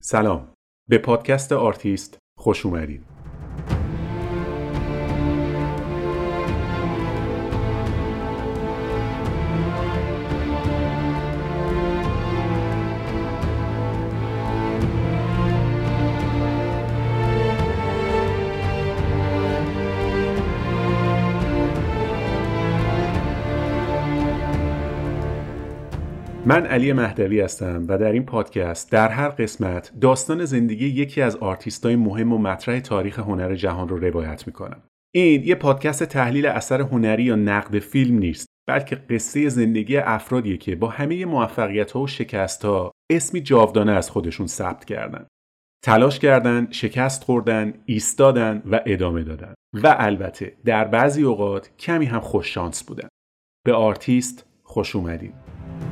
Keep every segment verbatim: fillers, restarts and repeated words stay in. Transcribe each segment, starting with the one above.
سلام، به پادکست آرتیست خوش اومدید. من علی مهدوی هستم و در این پادکست در هر قسمت داستان زندگی یکی از آرتیستای مهم و مطرح تاریخ هنر جهان رو روایت میکنم. این یه پادکست تحلیل اثر هنری یا نقد فیلم نیست، بلکه قصه زندگی افرادیه که با همه موفقیت‌ها و شکست‌ها اسمی جاودانه از خودشون ثبت کردن. تلاش کردن، شکست خوردن، ایستادن و ادامه دادن. و البته در بعضی اوقات کمی هم خوش شانس بودن. به آرتیست خوش اومدید.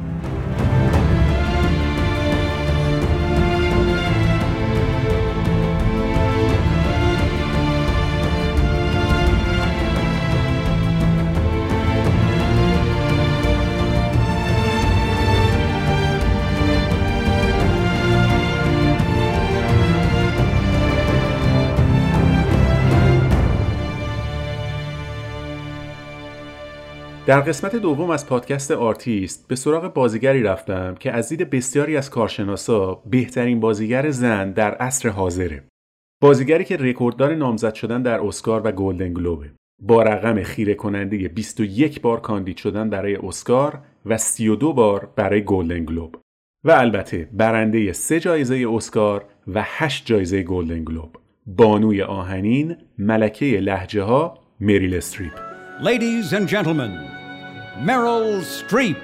در قسمت دوم از پادکست آرتیست به سراغ بازیگری رفتم که از دید بسیاری از کارشناسا بهترین بازیگر زن در عصر حاضره. بازیگری که رکورددار نامزد شدن در اسکار و گلدن گلوبه، با رقم خیره کننده بیست و یک بار کاندید شدن برای اسکار و سی و دو بار برای گلدن گلوب و البته برنده سه جایزه اسکار و هشت جایزه گلدن گلوب، بانوی آهنین، ملکه لهجه ها، مریل استریپ. Ladies and gentlemen, Meryl Streep.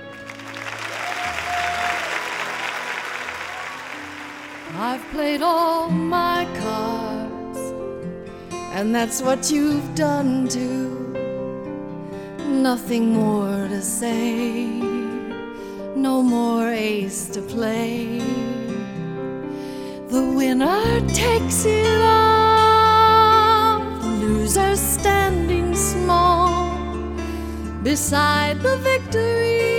I've played all my cards, and that's what you've done too. Nothing more to say, no more ace to play. The winner takes it all, the loser standing small beside the victory.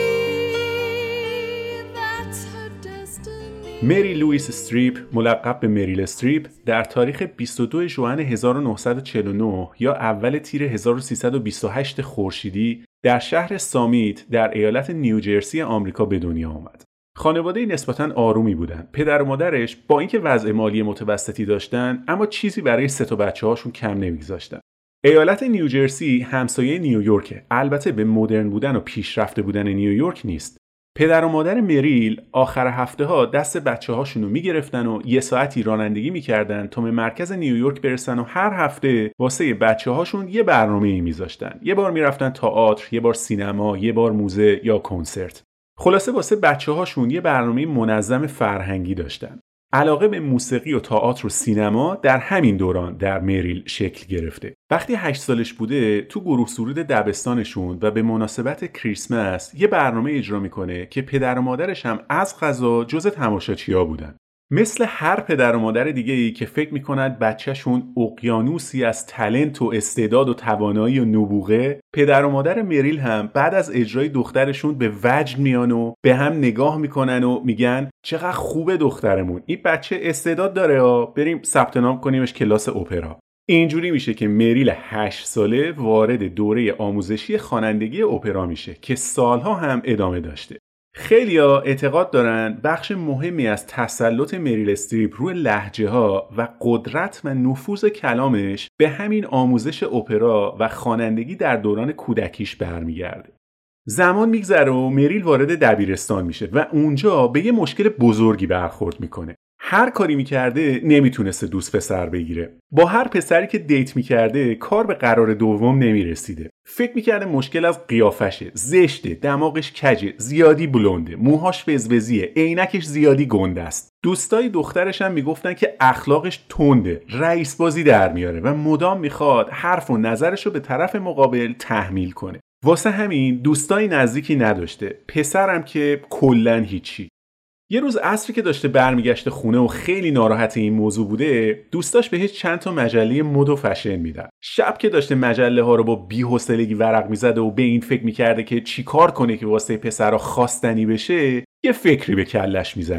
That's her destiny. مری لوئیس استریپ، ملقب به مریل استریپ، در تاریخ بیست و دو ژوئن هزار و نهصد و چهل و نه یا اول تیر هزار و سیصد و بیست و هشت خورشیدی در شهر سامیت در ایالت نیوجرسی آمریکا به دنیا آمد. خانواده نسبتاً آرومی بودن. پدر و مادرش با اینکه وضع مالی متوسطی داشتن، اما چیزی برای سه تا بچه‌هاشون کم نمی‌گذاشتن. ایالت نیوجرسی همسایه نیویورک، البته به مدرن بودن و پیشرفته بودن نیویورک نیست. پدر و مادر مریل آخر هفته ها دست بچه هاشون رو میگرفتن و یه ساعتی رانندگی میکردن تا به مرکز نیویورک برسن و هر هفته واسه بچه هاشون یه برنامه‌ای میذاشتن. یه بار میرفتن تئاتر، یه بار سینما، یه بار موزه یا کنسرت. خلاصه واسه بچه هاشون یه برنامه منظم فرهنگی داشتن. علاقه به موسیقی و تئاتر و سینما در همین دوران در مریل شکل گرفته. وقتی هشت سالش بوده تو گروه سرود دبستانشون و به مناسبت کریسمس یه برنامه اجرا میکنه که پدر و مادرش هم از قضا جزء تماشاچی‌ها بودن. مثل هر پدر و مادر دیگه‌ای که فکر می‌کند بچه‌شون اقیانوسی از تالنت و استعداد و توانایی و نبوغه، پدر و مادر مریل هم بعد از اجرای دخترشون به وجد میان و به هم نگاه میکنن و میگن چقدر خوبه دخترمون، این بچه استعداد داره ها، بریم ثبت نام کنیمش کلاس اپرا. اینجوری میشه که مریل هشت ساله وارد دوره آموزشی خوانندگی اپرا میشه که سالها هم ادامه داشته. خیلیا اعتقاد دارن بخش مهمی از تسلط مریل استریپ روی لهجه ها و قدرت و نفوذ کلامش به همین آموزش اپرا و خوانندگی در دوران کودکیش برمیگرده. زمان میگذره و مریل وارد دبیرستان میشه و اونجا به یه مشکل بزرگی برخورد میکنه. هر کاری میکرده نمیتونسته دوست پسر بگیره. با هر پسری که دیت میکرده کار به قرار دوم نمیرسیده. فکر میکرده مشکل از قیافشه، زشته، دماغش کجه، زیادی بلونده، موهاش وزوزیه، عینکش زیادی گنده است. دوستای دخترش هم میگفتن که اخلاقش تنده، رئیس بازی در میاره و مدام میخواد حرف و نظرشو به طرف مقابل تحمیل کنه. واسه همین دوستای نزدیکی نداشته. پسرم که کلاً هیچی. یه روز عصری که داشته برمیگشته خونه و خیلی ناراحت این موضوع بوده، دوستاش بهش چند تا مجله مد و فشن میدن. شب که داشته مجله ها رو با بی‌حوصلگی ورق میزده و به این فکر میکرده که چیکار کنه که واسه پسرا خواستنی بشه، یه فکری به کلش میزنه.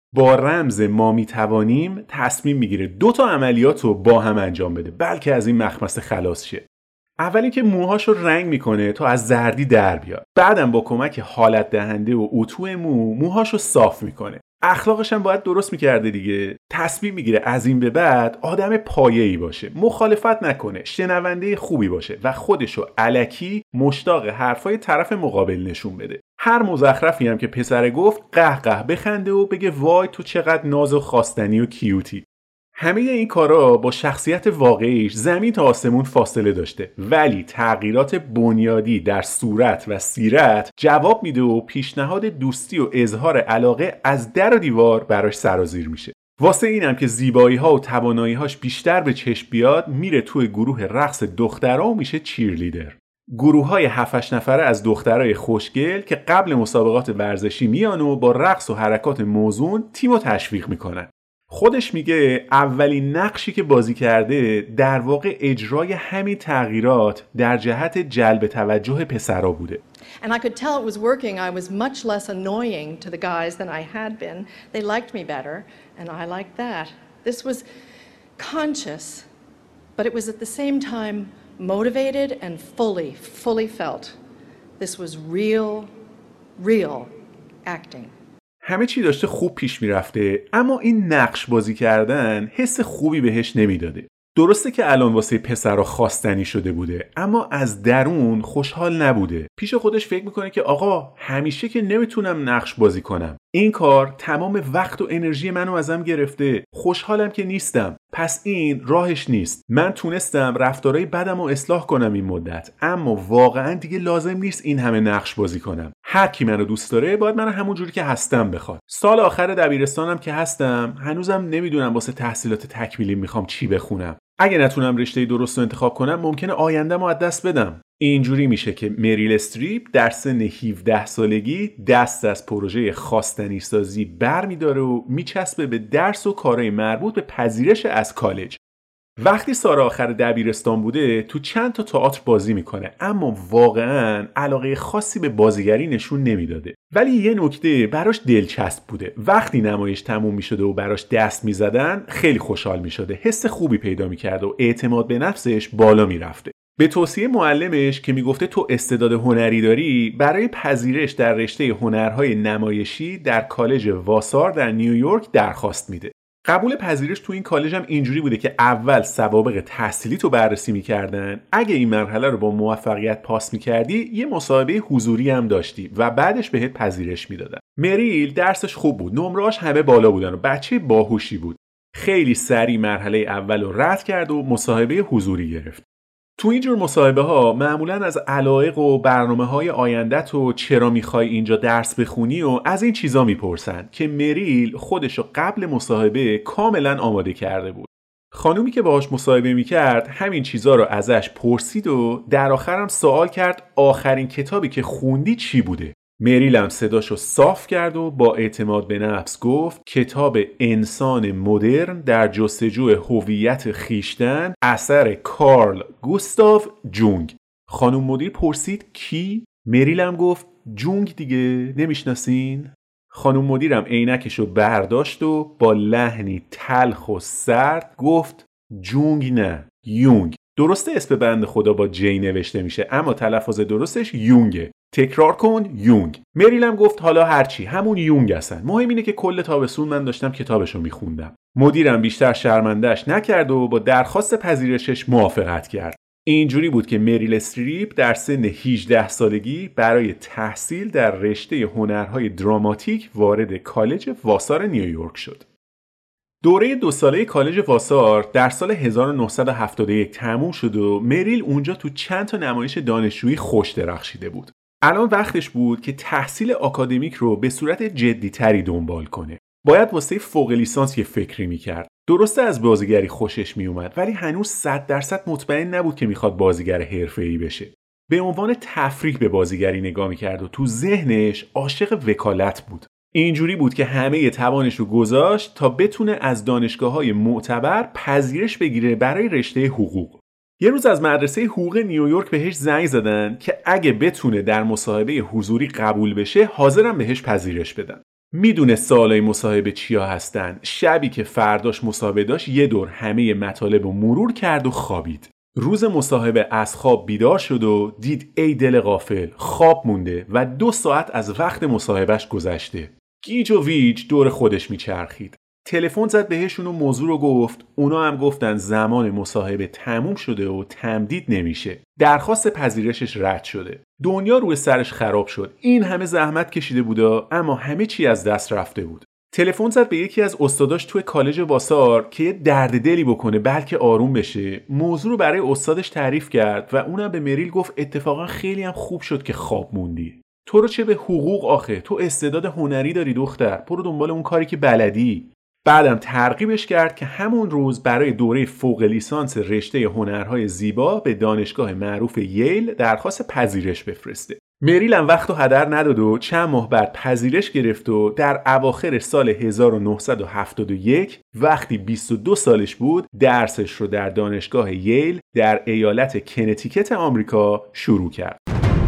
با رمز ما میتوانیم تصمیم میگیره دو تا عملیات رو با هم انجام بده بلکه از این مخمسه خلاص شه. اول اینکه موهاشو رنگ میکنه تا از زردی در بیاد. بعدم با کمک حالت دهنده و اتو مو موهاشو صاف میکنه. اخلاقش هم باید درست میکرده دیگه. تصمیم میگیره از این به بعد آدم پایه‌ای باشه، مخالفت نکنه، شنونده خوبی باشه و خودشو الکی مشتاق حرفای طرف مقابل نشون بده. هر مزخرفی هم که پسر گفت قهقه بخنده و بگه وای تو چقدر ناز و خواستنی و کیوتی. همه این کارا با شخصیت واقعیش زمین تا آسمون فاصله داشته، ولی تغییرات بنیادی در صورت و سیرت جواب میده و پیشنهاد دوستی و اظهار علاقه از در و دیوار براش سرازیر میشه. واسه اینم که زیبایی ها و توانایی هاش بیشتر به چشم بیاد میره توی گروه رقص دخترها و میشه چیرلیدر. گروه های هفت نفره از دخترای خوشگل که قبل مسابقات ورزشی میان و با رقص و حرکات موزون تیمو تشویق میکنن. خودش میگه اولین نقشی که بازی کرده در واقع اجرای همین تغییرات در جهت جلب توجه پسرا بوده. And I could tell it was working. I was much less annoying to the guys than I had been. They liked me better, and I liked that. This was conscious, but it was at the same time motivated and fully, fully felt. This was real, real acting. همه چی داشته خوب پیش میرفته، اما این نقش بازی کردن حس خوبی بهش نمیداده. درسته که الان واسه پسرها خواستنی شده بوده، اما از درون خوشحال نبوده. پیش خودش فکر میکنه که آقا همیشه که نمیتونم نقش بازی کنم. این کار تمام وقت و انرژی منو ازم گرفته. خوشحالم که نیستم. پس این راهش نیست. من تونستم رفتارهای بدم رو اصلاح کنم این مدت، اما واقعا دیگه لازم نیست این همه نقش بازی کنم. هر کی منو دوست داره باید منو همون جوری که هستم بخواد. سال آخر دبیرستانم که هستم، هنوزم نمیدونم واسه تحصیلات تکمیلی میخوام چی بخونم. اگه نتونم رشته درست رو انتخاب کنم ممکنه آینده‌مو از دست بدم. اینجوری میشه که مریل استریپ در سن هفده سالگی دست از پروژه خواستنی سازی برمی‌داره و میچسبه به درس و کارهای مربوط به پذیرش از کالج. وقتی سال آخر دبیرستان بوده تو چند تا تئاتر بازی میکنه، اما واقعا علاقه خاصی به بازیگری نشون نمیداده. ولی یه نکته براش دلچسب بوده. وقتی نمایش تموم میشده و براش دست میزدن خیلی خوشحال میشده، حس خوبی پیدا میکرده و اعتماد به نفسش بالا میرفته. به توصیه معلمش که میگفته تو استعداد هنری داری، برای پذیرش در رشته هنرهای نمایشی در کالج واسار در نیویورک درخواست میده. قبول پذیرش تو این کالج هم اینجوری بوده که اول سوابق تحصیلی تو بررسی میکردن، اگه این مرحله رو با موفقیت پاس میکردی یه مصاحبه حضوری هم داشتی و بعدش بهت پذیرش میدادن. مریل درسش خوب بود، نمره‌اش همه بالا بودن و بچه باهوشی بود. خیلی سریع مرحله اول رو رد کرد و مصاحبه حضوری گرفت. تو اینجور مصاحبه ها معمولاً از علایق و برنامه های آیندت و چرا میخوای اینجا درس بخونی و از این چیزا میپرسن که مریل خودشو قبل مصاحبه کاملاً آماده کرده بود. خانومی که باهاش مصاحبه میکرد همین چیزا رو ازش پرسید و در آخرم سوال کرد آخرین کتابی که خوندی چی بوده؟ مریل هم صداشو صاف کرد و با اعتماد به نفس گفت کتاب انسان مدرن در جستجوی هویت خیشتن اثر کارل گوستاو جونگ. خانم مدیر پرسید کی؟ مریل هم گفت جونگ دیگه، نمیشناسین؟ خانم مدیرم عینکشو برداشت و با لحنی تلخ و سرد گفت جونگ نه، یونگ. درسته اسم بنده خدا با جی نوشته میشه اما تلفظ درستش یونگه. تکرار کن یونگ. مریلم گفت حالا هرچی، همون یونگ هستن. مهم اینه که کل تابستون من داشتم کتابشو میخوندم. مدیرم بیشتر شرمنده‌اش نکرد و با درخواست پذیرشش موافقت کرد. اینجوری بود که مریل استریپ در سن هجده سالگی برای تحصیل در رشته هنرهای دراماتیک وارد کالج واسار نیویورک شد. دوره دو ساله کالج واسار در سال هزار و نهصد و هفتاد و یک تموم شد و مریل اونجا تو چند تا نمایش دانشجویی خوش درخشیده بود. الان وقتش بود که تحصیل آکادمیک رو به صورت جدی‌تری دنبال کنه. باید واسه فوق لیسانس یه فکری میکرد. درسته از بازیگری خوشش میومد ولی هنوز صد درصد مطمئن نبود که میخواد بازیگر حرفه‌ای بشه. به عنوان تفریح به بازیگری نگاه میکرد و تو ذهنش عاشق وکالت بود. اینجوری بود که همه توانش رو گذاشت تا بتونه از دانشگاه‌های معتبر پذیرش بگیره برای رشته حقوق. یه روز از مدرسه حقوق نیویورک بهش زنگ زدن که اگه بتونه در مصاحبه حضوری قبول بشه حاضرن بهش پذیرش بدن. میدونه سوالای مصاحبه چیا هستن. شبی که فرداش مصاحبه داشت یه دور همه مطالب رو مرور کرد و خوابید. روز مصاحبه از خواب بیدار شد و دید ای دل غافل، خواب مونده و دو ساعت از وقت مصاحبهش گذشته. گیج و ویج دور خودش میچرخید. تلفن زد بهشون و موضوع رو گفت. اونا هم گفتن زمان مصاحبه تموم شده و تمدید نمیشه. درخواست پذیرشش رد شده. دنیا روی سرش خراب شد. این همه زحمت کشیده بودا، اما همه چی از دست رفته بود. تلفن زد به یکی از استاداش توی کالج واسار که یه درد دلی بکنه بلکه آروم بشه. موضوع رو برای استادش تعریف کرد و اونم به مریل گفت اتفاقا خیلی هم خوب شد که خواب موندی. تو رو چه به حقوق آخه؟ تو استعداد هنری داری دختر. برو دنبال اون کاری که بلدی. بعدم ترغیبش کرد که همون روز برای دوره فوق لیسانس رشته هنرهای زیبا به دانشگاه معروف ییل درخواست پذیرش بفرسته. مریل هم وقت و هدر نداد و چند ماه بعد پذیرش گرفت و در اواخر سال هزار و نهصد و هفتاد و یک وقتی بیست و دو سالش بود درسش رو در دانشگاه ییل در ایالت کنتیکت آمریکا شروع کرد.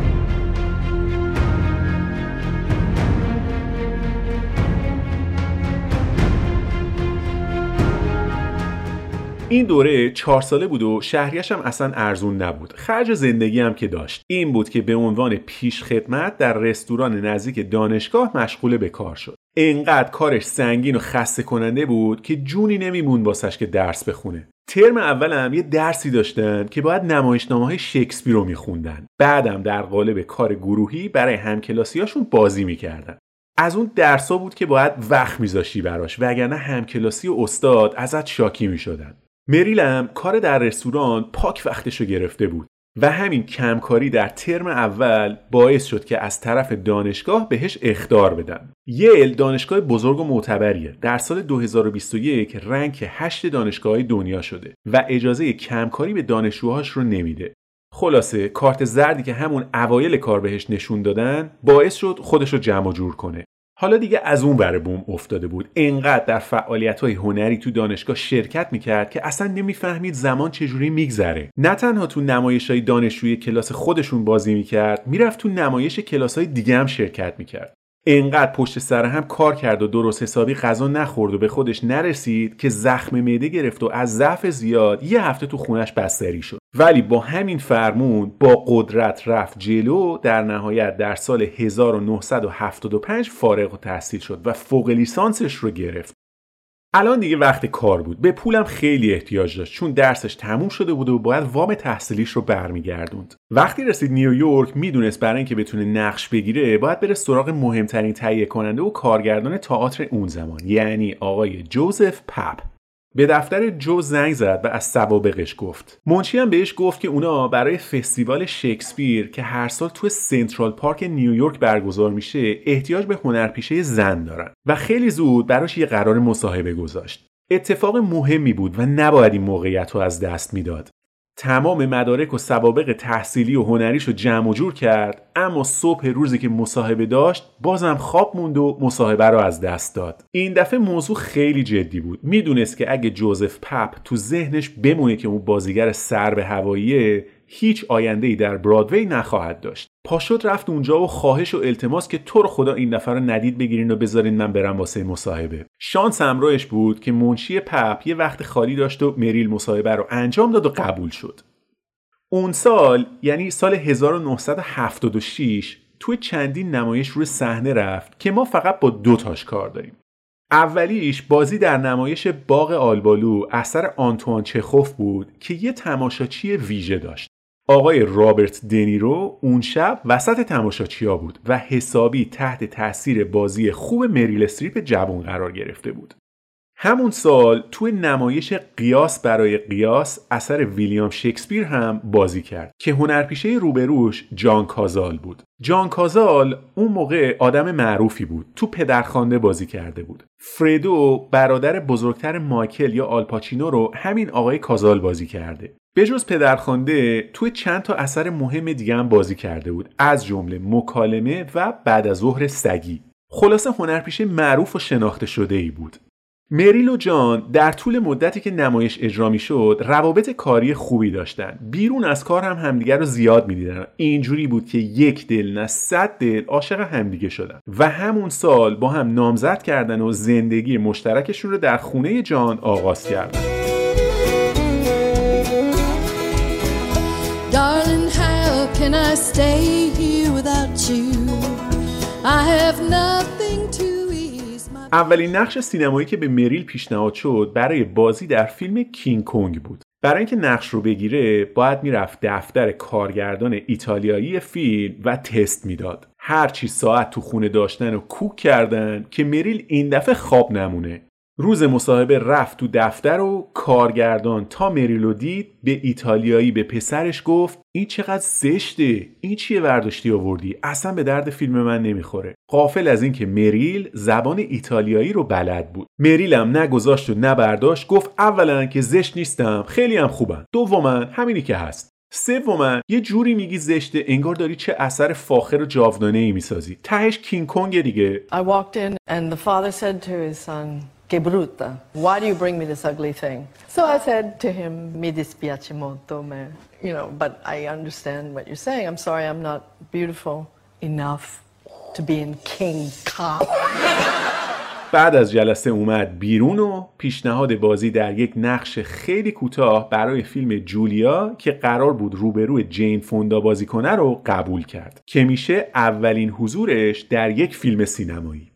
این دوره چهار ساله بود و شهریش هم اصلا ارزون نبود. خرج زندگی هم که داشت. این بود که به عنوان پیش خدمت در رستوران نزدیک دانشگاه مشغول به کار شد. اینقدر کارش سنگین و خسته کننده بود که جونی نمیمون واسش که درس بخونه. ترم اول هم یه درسی داشتن که باید نمایشنامه‌های شکسپیر رو میخوندن. بعدم در قالب کار گروهی برای همکلاسیاشون بازی میکردن. از اون درسا بود که باید وقت میذاشی براش وگرنه همکلاسی و استاد ازت شاکی میشدن. مریل هم کار در رستوران پاک وقتشو گرفته بود و همین کمکاری در ترم اول باعث شد که از طرف دانشگاه بهش اخطار بدن. ییل دانشگاه بزرگ و معتبریه. در سال دو هزار و بیست و یک رنک هشت دانشگاه‌های دنیا شده و اجازه کمکاری به دانشجوهاش رو نمیده. خلاصه کارت زردی که همون اوایل کار بهش نشون دادن باعث شد خودش رو جمع جور کنه. حالا دیگه از اون ور بوم افتاده بود. اینقدر در فعالیت‌های هنری تو دانشگاه شرکت میکرد که اصلا نمیفهمید زمان چجوری میگذره. نه تنها تو نمایش‌های دانشجوی کلاس خودشون بازی میکرد، میرفت تو نمایش کلاس‌های دیگه هم شرکت میکرد. اینقدر پشت سر هم کار کرد و درست حسابی غذا نخورد و به خودش نرسید که زخم معده گرفت و از ضعف زیاد یه هفته تو خونش بستری شد. ولی با همین فرمون با قدرت رفت جلو. در نهایت در سال هزار و نهصد و هفتاد و پنج فارغ التحصیل شد و فوق لیسانسش رو گرفت. الان دیگه وقت کار بود. به پولم خیلی احتیاج داشت چون درسش تموم شده بود و باید وام تحصیلیش رو برمیگردوند. وقتی رسید نیویورک میدونست برای اینکه بتونه نقش بگیره باید بره سراغ مهمترین تهیه کننده و کارگردان تئاتر اون زمان، یعنی آقای جوزف پپ. به دفتر جو زنگ زد و از سوابقش گفت. منشی هم بهش گفت که اونا برای فستیوال شکسپیر که هر سال تو سنترال پارک نیویورک برگزار میشه احتیاج به هنرپیشه زن دارن و خیلی زود براش یه قرار مصاحبه گذاشت. اتفاق مهمی بود و نباید این موقعیت رو از دست میداد. تمام مدارک و سوابق تحصیلی و هنریشو جمع و جور کرد، اما صبح روزی که مصاحبه داشت بازم خواب موند و مصاحبه رو از دست داد. این دفعه موضوع خیلی جدی بود. میدونست که اگه جوزف پپ تو ذهنش بمونه که اون بازیگر سر به هواییه هیچ آینده‌ای در برادوی نخواهد داشت. پاشد رفت اونجا و خواهش و التماس که تو رو خدا این نفر رو ندید بگیرین و بذارین من برم واسه مصاحبه. شانس همراهش بود که منشی پپ یه وقت خالی داشت و مریل مصاحبه رو انجام داد و قبول شد. اون سال یعنی سال هزار و نهصد و هفتاد و شش توی چندین نمایش روی صحنه رفت که ما فقط با دو تاش کار داریم. اولیش بازی در نمایش باغ آلبالو اثر آنتوان چخوف بود که یه تماشاچی ویژه داشت. آقای رابرت دنیرو اون شب وسط تماشاچی‌ها بود و حسابی تحت تاثیر بازی خوب مریل استریپ جوان قرار گرفته بود. همون سال توی نمایش قیاس برای قیاس اثر ویلیام شکسپیر هم بازی کرد که هنرپیشه روبروش جان کازال بود. جان کازال اون موقع آدم معروفی بود. تو پدرخوانده بازی کرده بود. فردو برادر بزرگتر مایکل یا آلپاچینو رو همین آقای کازال بازی کرده. به جز پدرخوانده توی چند تا اثر مهم دیگه هم بازی کرده بود، از جمله مکالمه و بعد از ظهر سگی. خلاصه هنرپیشه معروف و شناخته شده ای بود. مریل و جان در طول مدتی که نمایش اجرا می‌شد روابط کاری خوبی داشتن. بیرون از کار هم همدیگر رو زیاد می‌دیدن. اینجوری بود که یک دل نه صد دل عاشق همدیگه شدن و همون سال با هم نامزد کردن و زندگی مشترکشون رو در خونه جان آغاز کردن. Darling, how can I stay here without you? I have nothing to ease my... اولین نقش سینمایی که به مریل پیشنهاد شد برای بازی در فیلم کینگ کنگ بود. برای اینکه نقش رو بگیره باید میرفت دفتر کارگردان ایتالیایی فیلم و تست میداد. هر چی ساعت تو خونه داشتن و کوک کردن که مریل این دفعه خواب نمونه. روز مصاحبه رفت تو دفتر و کارگردان تا مریلو دید به ایتالیایی به پسرش گفت این چقدر زشته، این چیه برداشتی آوردی، اصلا به درد فیلم من نمیخوره. غافل از این که مریل زبان ایتالیایی رو بلد بود. مریل هم نگذاشت و نبرداشت، گفت اولا که زشت نیستم، خیلی هم خوبم، دوما همینی که هست، سوما یه جوری میگی زشته انگار داری چه اثر فاخر و جاودانه‌ای میسازی. تهش کینگ کنگ دیگه. I walked in and the father said to his son, "Che brutta. Why do you bring me this ugly thing?" So I said to him, "Mi dispiace molto, ma, you know, but I understand what you're saying. I'm sorry I'm not beautiful enough to be in King Kong." بعد از جلسه اومد بیرون و پیشنهاد بازی در یک نقش خیلی کوتاه برای فیلم جولیا که قرار بود روبروی جین فوندا بازی کنه رو قبول کرد که میشه اولین حضورش در یک فیلم سینمایی.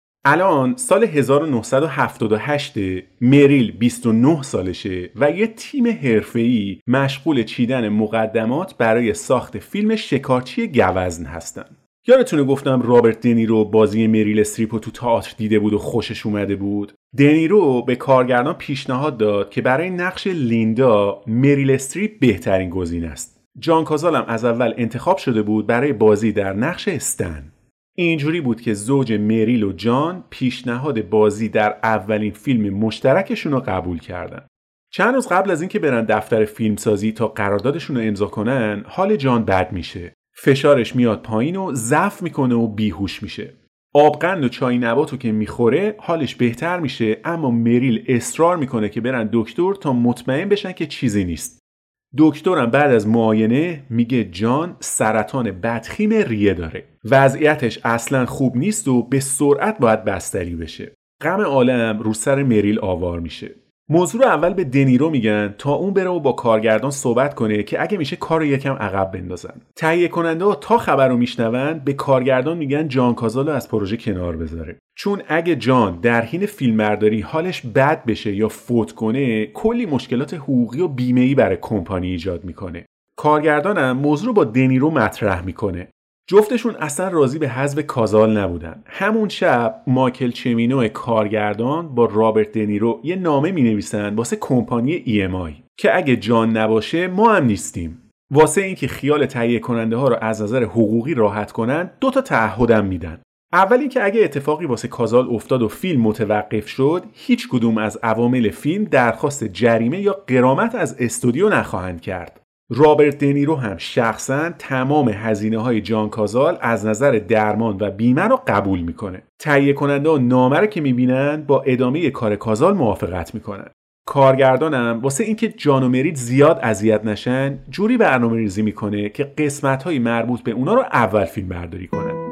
الان سال هزار و نهصد و هفتاد و هشت، مریل بیست و نه سالشه و یه تیم حرفه‌ای مشغول چیدن مقدمات برای ساخت فیلم شکارچی گوزن هستن. یادتونه گفتم رابرت دنیرو بازی مریل استریپ رو تو تئاتر دیده بود و خوشش اومده بود؟ دنیرو به کارگردان پیشنهاد داد که برای نقش لیندا مریل استریپ بهترین گزینه است. جان کازال هم از اول انتخاب شده بود برای بازی در نقش استن. اینجوری بود که زوج مریل و جان پیشنهاد بازی در اولین فیلم مشترکشون رو قبول کردن. چند روز قبل از اینکه برن دفتر فیلمسازی تا قراردادشون رو امضا کنن، حال جان بد میشه. فشارش میاد پایین و ضعف میکنه و بیهوش میشه. آبقند و چای نباتو که میخوره حالش بهتر میشه، اما مریل اصرار میکنه که برن دکتر تا مطمئن بشن که چیزی نیست. دکترم بعد از معاینه میگه جان سرطان بدخیم ریه داره. وضعیتش اصلا خوب نیست و به سرعت باید بستری بشه. غم عالم رو سر مریل آوار میشه. موضوع رو اول به دنیرو میگن تا اون بره و با کارگردان صحبت کنه که اگه میشه کارو یکم عقب بندازن. تهیه کننده ها تا خبر رو میشنون به کارگردان میگن جان کازالو از پروژه کنار بذاره، چون اگه جان در حین فیلمبرداری حالش بد بشه یا فوت کنه کلی مشکلات حقوقی و بیمه‌ای برای کمپانی ایجاد میکنه. کارگردانم موضوع رو با دنیرو مطرح میکنه. جفتشون اصلا راضی به حذف کازال نبودن. همون شب مایکل چمینو کارگردان با رابرت دنیرو یه نامه می نویسن واسه کمپانی ای ام آی که اگه جان نباشه ما هم نیستیم. واسه اینکه خیال تهیه کننده ها رو از نظر حقوقی راحت کنن دو تا تعهدم میدن. اول اینکه اگه اتفاقی واسه کازال افتاد و فیلم متوقف شد، هیچ کدوم از عوامل فیلم درخواست جریمه یا غرامت از استودیو نخواهند کرد. رابرت دنیرو هم شخصاً تمام هزینه‌های جان کازال از نظر درمان و بیمه رو قبول میکنه. تهیه کننده ها نامه رو که میبینن با ادامه کار کازال موافقت میکنن. کارگردانم واسه اینکه جان و مریل زیاد اذیت نشن جوری برنامه‌ریزی میکنه که قسمت‌های مربوط به اونا رو اول فیلم برداری کنن.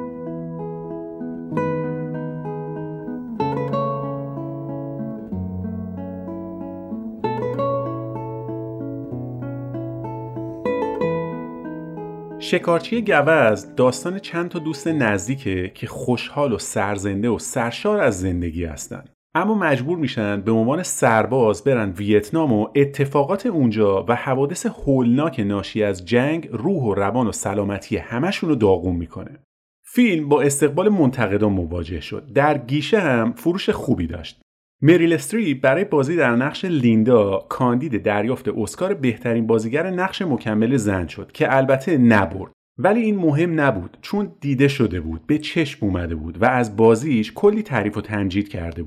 شکارچی گوزن داستان چند تا دوست نزدیکه که خوشحال و سرزنده و سرشار از زندگی هستن، اما مجبور میشن به عنوان سرباز برن ویتنام و اتفاقات اونجا و حوادث هولناک ناشی از جنگ روح و روان و سلامتی همشون رو داغون میکنه. فیلم با استقبال منتقدان مواجه شد. در گیشه هم فروش خوبی داشت. مریل استریپ برای بازی در نقش لیندا کاندید دریافت اسکار بهترین بازیگر نقش مکمل زن شد که البته نبرد، ولی این مهم نبود چون دیده شده بود، به چشم اومده بود و از بازیش کلی تعریف و تمجید کرده بودن.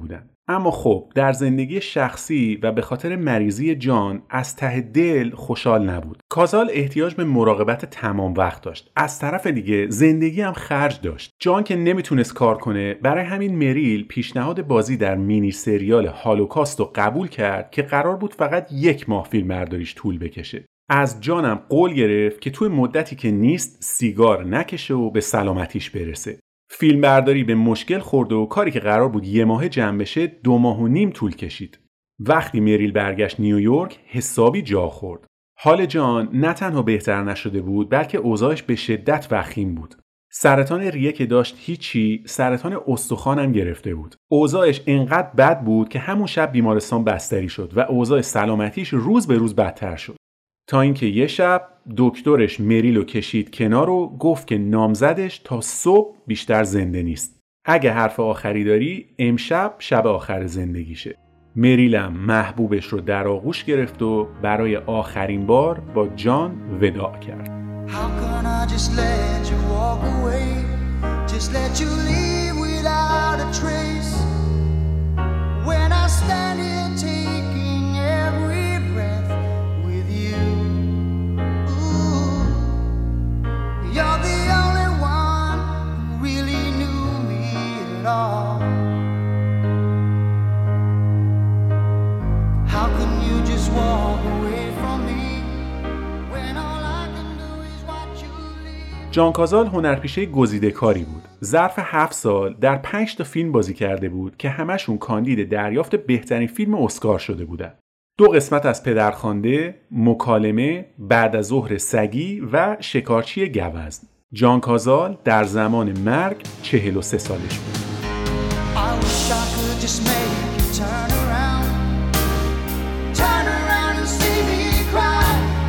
اما خب در زندگی شخصی و به خاطر مریضی جان از ته دل خوشحال نبود. کازال احتیاج به مراقبت تمام وقت داشت. از طرف دیگه زندگی هم خرج داشت. جان که نمیتونست کار کنه، برای همین مریل پیشنهاد بازی در مینی سریال هالوکاست رو قبول کرد که قرار بود فقط یک ماه فیلمبرداریش طول بکشه. از جانم قول گرفت که توی مدتی که نیست سیگار نکشه و به سلامتیش برسه. فیلمبرداری به مشکل خورد و کاری که قرار بود یه ماه جمع بشه دو ماه و نیم طول کشید. وقتی مریل برگشت نیویورک حسابی جا خورد. حال جان نه تنها بهتر نشده بود بلکه اوضاعش به شدت وخیم بود. سرطان ریه که داشت هیچی، سرطان استخوان هم گرفته بود. اوضاعش انقدر بد بود که همون شب بیمارستان بستری شد و اوضاع سلامتیش روز به روز بدتر شد. تا اینکه یه شب دکترش مریلو کشید کنار و گفت که نامزدش تا صبح بیشتر زنده نیست. اگه حرف آخری داری امشب شب آخر زندگیشه. مریلم محبوبش رو در آغوش گرفت و برای آخرین بار با جان وداع کرد. How can I just let you walk away? Just let you leave without a trace. When I stand here taking every breath with you. Ooh, you're the only one who really knew me at all. How can you just walk away from me when all I can do is watch you leave? جان کازال هنرپیشه گزیده کاری بود. ظرف هفت سال در پنج تا فیلم بازی کرده بود که همشون کاندید دریافت بهترین فیلم اسکار شده بودن. دو قسمت از پدرخوانده، مکالمه، بعد از ظهر سگی و شکارچی گوزن. جان کازال در زمان مرگ چهل و سه سالش بود. I wish I could just make you turn around, turn around and see me cry.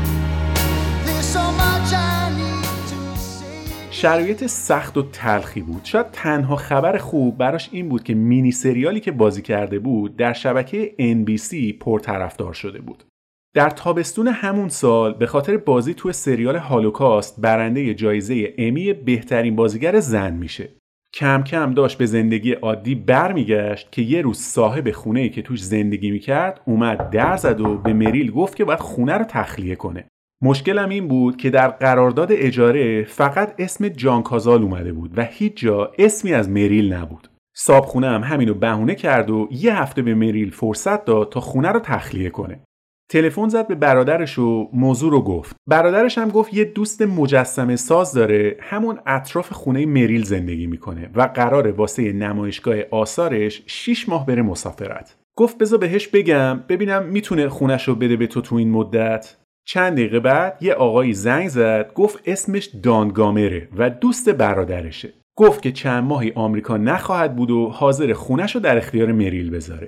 There's so much I need to say. شرایط سخت و تلخی بود. شاید تنها خبر خوب براش این بود که مینی سریالی که بازی کرده بود در شبکه ان بی سی پرطرفدار شده بود. در تابستون همون سال به خاطر بازی توی سریال هالوکاست برنده جایزه امی بهترین بازیگر زن میشه. کم کم داشت به زندگی عادی برمیگشت که یه روز صاحب خونه‌ای که توش زندگی میکرد اومد در زد و به مریل گفت که باید خونه رو تخلیه کنه. مشکلم این بود که در قرارداد اجاره فقط اسم جان کازال اومده بود و هیچ جا اسمی از مریل نبود. صاحب خونه هم همینو بهونه کرد و یه هفته به مریل فرصت داد تا خونه رو تخلیه کنه. تلفن زد به برادرش و موضوع رو گفت. برادرش هم گفت یه دوست مجسمه ساز داره همون اطراف خونه مریل زندگی میکنه و قراره واسه نمایشگاه آثارش شیش ماه بره مسافرت. گفت بذار بهش بگم ببینم میتونه خونش رو بده به تو تو این مدت. چند دقیقه بعد یه آقایی زنگ زد گفت اسمش دان گامره و دوست برادرشه. گفت که چند ماهی آمریکا نخواهد بود و حاضر خونش رو در اختیار مریل بذاره.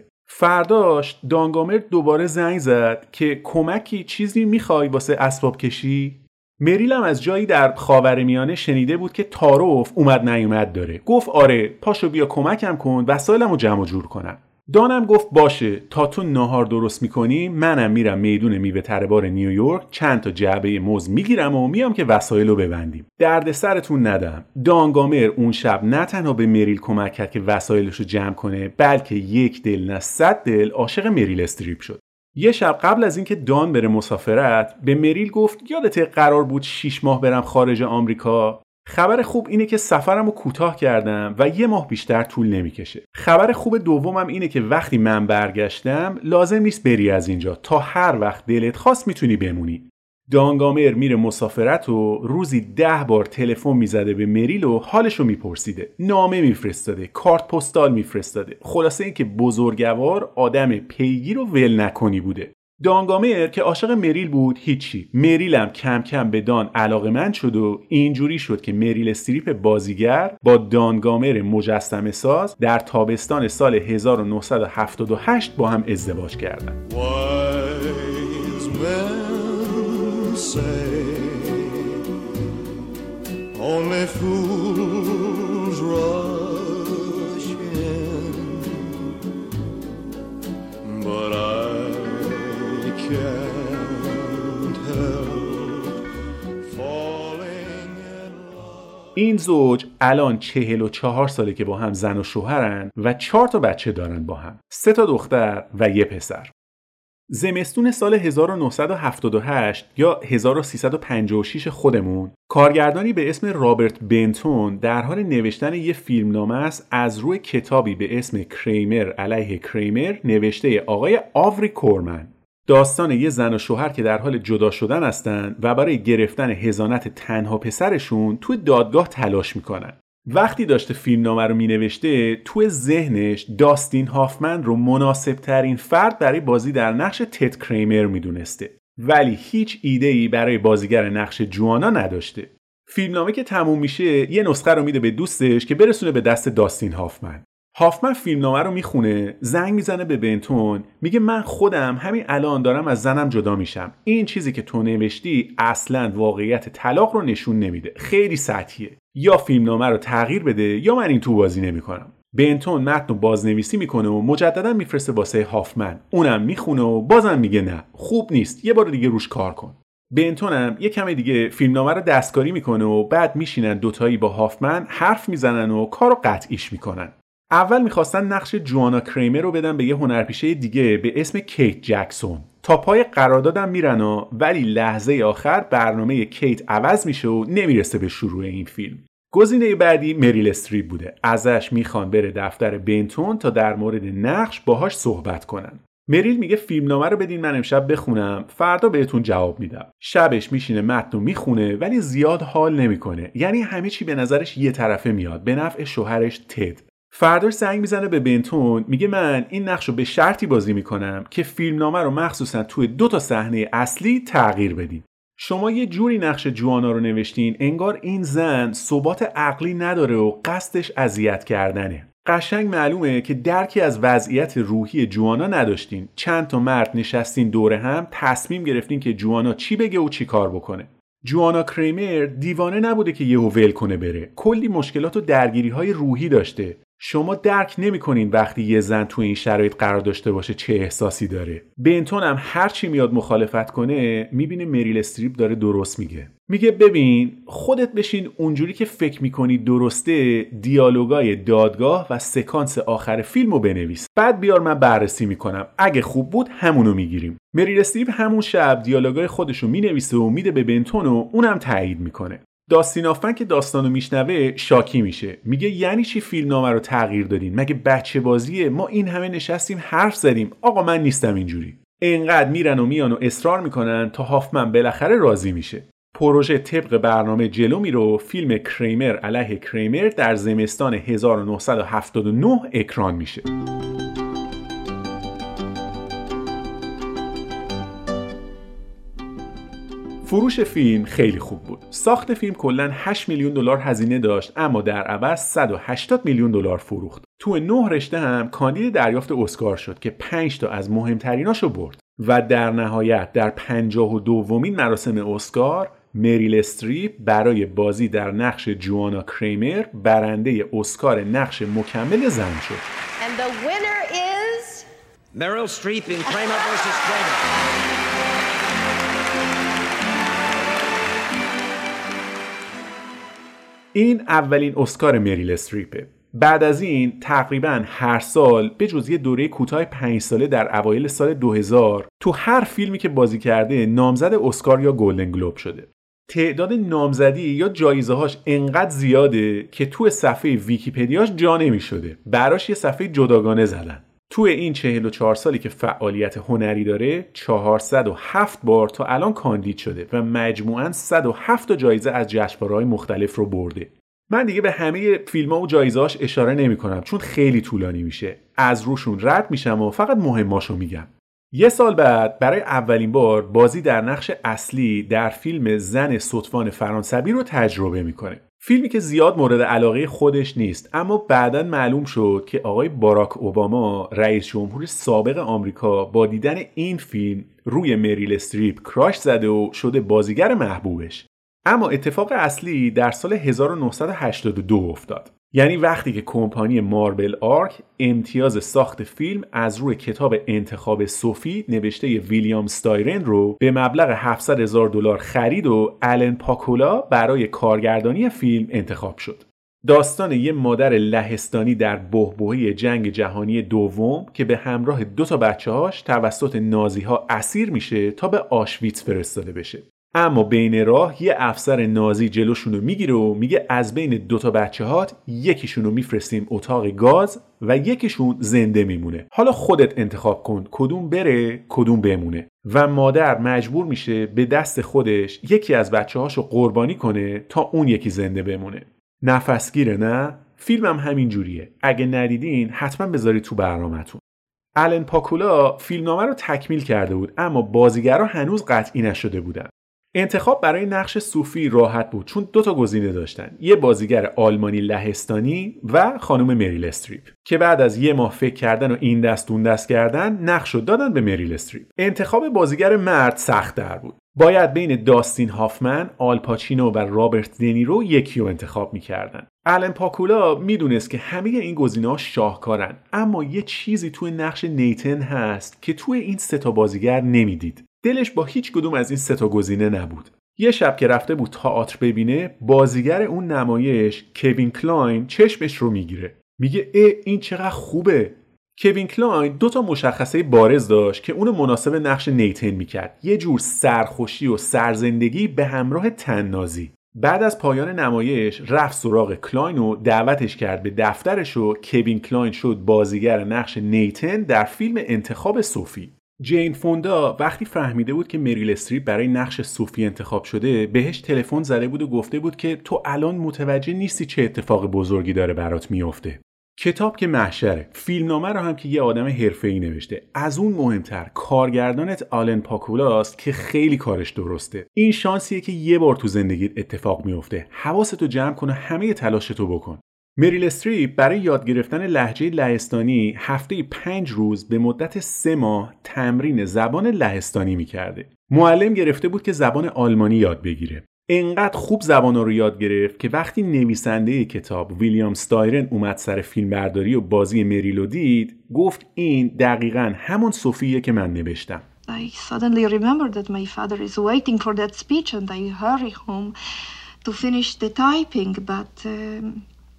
فرداش دانگامر دوباره زنگ زد که کمکی چیزی میخوای واسه اسباب کشی؟ مریل هم از جایی در خاورمیانه شنیده بود که تعارف اومد نیومد داره. گفت آره پاشو بیا کمکم کن وسایلمو جمع جور کنم. دانم گفت باشه تا تو ناهار درست میکنی منم میرم میدون میوه تره بار نیویورک چند تا جعبه موز میگیرم و میام که وسایلو ببندیم. درد سرتون ندم. دانگامر اون شب نه تنها به مریل کمک کرد که وسایلشو جمع کنه بلکه یک دل نه صد دل عاشق مریل استریپ شد. یه شب قبل از اینکه دان بره مسافرت به مریل گفت یادته قرار بود شیش ماه برم خارج آمریکا؟ خبر خوب اینه که سفرمو کوتاه کردم و یه ماه بیشتر طول نمیکشه. خبر خوب دومم اینه که وقتی من برگشتم لازم نیست بری از اینجا، تا هر وقت دلت خواست میتونی بمونی. دانگامر میره مسافرت و روزی ده بار تلفن میزده به مریل و حالشو میپرسیده. نامه میفرستاده، کارت پستال میفرستاده. خلاصه اینکه بزرگوار آدم پیگیر و ول نکنی بوده. دانگامر که عاشق مریل بود هیچی. مریلم کم کم به دان علاقه‌مند شد و اینجوری شد که مریل استریپ بازیگر با دانگامر مجسمه ساز در تابستان سال هزار و نهصد و هفتاد و هشت با هم ازدواج کردند. Wise men say only fools rush in, but I can't help falling in love. این زوج الان چهل و چهار ساله که با هم زن و شوهرن و چهار تا بچه دارن با هم، سه تا دختر و یه پسر. زمستون سال هزار و نهصد و هفتاد و هشت یا هزار و سیصد و پنجاه و شش خودمون، کارگردانی به اسم رابرت بنتون در حال نوشتن یه فیلمنامه است از روی کتابی به اسم کریمر علیه کریمر نوشته آقای آوری کورمن. داستان یه زن و شوهر که در حال جدا شدن هستن و برای گرفتن حضانت تنها پسرشون توی دادگاه تلاش میکنن. وقتی داشته فیلمنامه رو مینوشته توی ذهنش داستین هافمن رو مناسب ترین فرد برای بازی در نقش تد کریمر میدونسته، ولی هیچ ایده‌ای برای بازیگر نقش جوانا نداشته. فیلمنامه که تموم میشه یه نسخه رو میده به دوستش که برسونه به دست داستین هافمن. هافمن فیلمنامه رو میخونه، زنگ میزنه به بنتون، میگه من خودم همین الان دارم از زنم جدا میشم. این چیزی که تو نوشتی اصلاً واقعیت طلاق رو نشون نمیده، خیلی سطحیه. یا فیلمنامه رو تغییر بده یا من این تو بازی نمیکنم. بنتون متن رو بازنویسی میکنه و مجددا میفرسته واسه هافمن. اونم میخونه و بازم میگه نه، خوب نیست، یه بار دیگه روش کار کن. بنتون هم یه کم دیگه فیلمنامه رو دستکاری میکنه و بعد میشینن دوتایی با هافمن حرف میزنن و کارو قطعیش میکنن. اول میخواستن نقش جوانا کریمر رو بدن به یه هنرپیشه دیگه به اسم کیت جکسون. تا پای قراردادم میرن و ولی لحظه آخر برنامه کیت عوض میشه و نمیرسه به شروع این فیلم. گزینه بعدی مریل استریپ بوده. ازش میخوان بره دفتر بنتون تا در مورد نقش باهاش صحبت کنن. مریل میگه فیلمنامه رو بدین من امشب بخونم، فردا بهتون جواب میدم. شبش میشینه متن رو میخونه ولی زیاد حال نمیکنه. یعنی همه چی به نظرش یه طرفه میاد، به نفع شوهرش تد. فرداش زنگ میزنه به بنتون، میگه من این نقش رو به شرطی بازی میکنم که فیلمنامه رو مخصوصا توی دو تا صحنه اصلی تغییر بدین. شما یه جوری نقش جوانا رو نوشتین انگار این زن ثبات عقلی نداره و قصدش اذیت کردنه. قشنگ معلومه که درکی از وضعیت روحی جوانا نداشتین. چند تا مرد نشستین دوره هم تصمیم گرفتین که جوانا چی بگه و چی کار بکنه. جوانا کریمر دیوانه نبوده که یهو ول کنه بره. کلی مشکلات و درگیری‌های روحی داشته. شما درک نمی‌کنین وقتی یه زن تو این شرایط قرار داشته باشه چه احساسی داره. بنتون هم هر چی میاد مخالفت کنه میبینه مریل استریپ داره درست میگه. میگه ببین خودت بشین اونجوری که فکر میکنی درسته دیالوگای دادگاه و سکانس آخر فیلمو بنویس، بعد بیار من بررسی میکنم، اگه خوب بود همونو میگیریم. مریل استریپ همون شب دیالوگای خودشو مینویسه و میده به بنتون و اونم تایید میکنه. داستین هافمن که داستانو میشنوه شاکی میشه. میگه یعنی چی فیلمنامه رو تغییر دادین؟ مگه بچه بازیه؟ ما این همه نشستیم حرف زدیم. آقا من نیستم اینجوری. اینقدر میرن و میان و اصرار میکنن تا هافمن بالاخره راضی میشه. پروژه طبق برنامه جلو میره و فیلم کریمر علیه کریمر در زمستان هزار و نهصد و هفتاد و نه اکران میشه. فروش فیلم خیلی خوب بود. ساخت فیلم کلاً هشت میلیون دلار هزینه داشت اما در عوض صد و هشتاد میلیون دلار فروخت. تو نه رشته هم کاندید دریافت اسکار شد که پنج تا از مهمتریناشو برد و در نهایت در پنجاه و دومین مراسم اسکار مریل استریپ برای بازی در نقش جوانا کریمر برنده اسکار نقش مکمل زن شد. And the winner is Meryl Streep in Kramer versus Kramer. این اولین اسکار مریل استریپه. بعد از این تقریباً هر سال به جز یه دوره کوتاه پنج ساله در اوایل سال دو هزار تو هر فیلمی که بازی کرده نامزد اسکار یا گلدن گلوب شده. تعداد نامزدی یا جایزه‌هاش انقدر زیاده که تو صفحه ویکی‌پدیاش جا نمی‌شده. براش یه صفحه جداگانه زدن. تو این چهل و چهار سالی که فعالیت هنری داره چهارصد و هفت بار تا الان کاندید شده و مجموعاً صد و هفت تا جایزه از جشنواره‌های مختلف رو برده. من دیگه به همه فیلم‌ها و جایزه‌هاش اشاره نمی‌کنم چون خیلی طولانی میشه. از روشون رد میشم و فقط مهماشو میگم. یه سال بعد برای اولین بار بازی در نقش اصلی در فیلم زن ستوان فرانسوی رو تجربه میکنه. فیلمی که زیاد مورد علاقه خودش نیست اما بعداً معلوم شد که آقای باراک اوباما رئیس جمهور سابق آمریکا با دیدن این فیلم روی مریل استریپ کراش زده و شده بازیگر محبوبش. اما اتفاق اصلی در سال هزار و نهصد و هشتاد و دو افتاد. یعنی وقتی که کمپانی ماربل آرک امتیاز ساخت فیلم از روی کتاب انتخاب صوفی نوشته ویلیام استایرن رو به مبلغ هفتصد هزار دلار خرید و آلن پاکولا برای کارگردانی فیلم انتخاب شد. داستان یه مادر لهستانی در بحبوحه جنگ جهانی دوم که به همراه دو تا بچه‌هاش توسط نازی‌ها اسیر میشه تا به آشویتس فرستاده بشه. اما بین راه یه افسر نازی جلوشونو میگیره و میگه از بین دو تا بچه‌هات یکیشونو میفرستیم اتاق گاز و یکیشون زنده میمونه. حالا خودت انتخاب کن کدوم بره کدوم بمونه. و مادر مجبور میشه به دست خودش یکی از بچه‌هاشو قربانی کنه تا اون یکی زنده بمونه. نفسگیره نه؟ فیلمم همین جوریه. اگه ندیدین حتما بذارید تو برنامه‌تون. آلن پاکولا فیلمنامه رو تکمیل کرده بود اما بازیگرا هنوز قطعی نشده بودن. انتخاب برای نقش صوفی راحت بود چون دو تا گزینه داشتن، یه بازیگر آلمانی لهستانی و خانم مریل استریپ که بعد از یه ماه فکر کردن و این دست اون دست کردن نقشو دادن به مریل استریپ. انتخاب بازیگر مرد سخت در بود. باید بین داستین هافمن، آل پاچینو و رابرت دنیرو یکی رو انتخاب می‌کردن. آلن پاکولا میدونست که همه این گزینه‌ها شاهکارن اما یه چیزی توی نقش نیتن هست که توی این سه تا بازیگر نمیدید. دلش با هیچ کدوم از این سه تا گزینه نبود. یه شب که رفته بود تئاتر ببینه، بازیگر اون نمایش کوین کلاین چشمش رو میگیره. میگه اه این چقدر خوبه. کوین کلاین دو تا مشخصه بارز داشت که اونو مناسب نقش نیتن میکرد. یه جور سرخوشی و سرزندگی به همراه طنازی. بعد از پایان نمایش رفت سراغ کلاین و دعوتش کرد به دفترش و کوین کلاین شد بازیگر نقش نیتن در فیلم انتخاب صوفی. جین فوندا وقتی فهمیده بود که مریل استریپ برای نقش صوفی انتخاب شده بهش تلفن زده بود و گفته بود که تو الان متوجه نیستی چه اتفاق بزرگی داره برات میفته. کتاب که محشره، فیلمنامه رو هم که یه آدم حرفه‌ای نوشته. از اون مهمتر کارگردانت آلن پاکولاست که خیلی کارش درسته. این شانسیه که یه بار تو زندگیت اتفاق میفته. حواستو جمع کن و همه تلاشتو بکن. مریل استریپ برای یاد گرفتن لهجه لهستانی هفته پنج روز به مدت سه ماه تمرین زبان لهستانی میکرده. معلم گرفته بود که زبان آلمانی یاد بگیره. انقدر خوب زبان رو یاد گرفت که وقتی نویسنده کتاب ویلیام استایرن اومد سر فیلمبرداری و بازی مریلو دید، گفت این دقیقاً همون صوفیه که من نوشتم. I suddenly remembered that my father is waiting for that speech and I hurry home to finish the typing but um,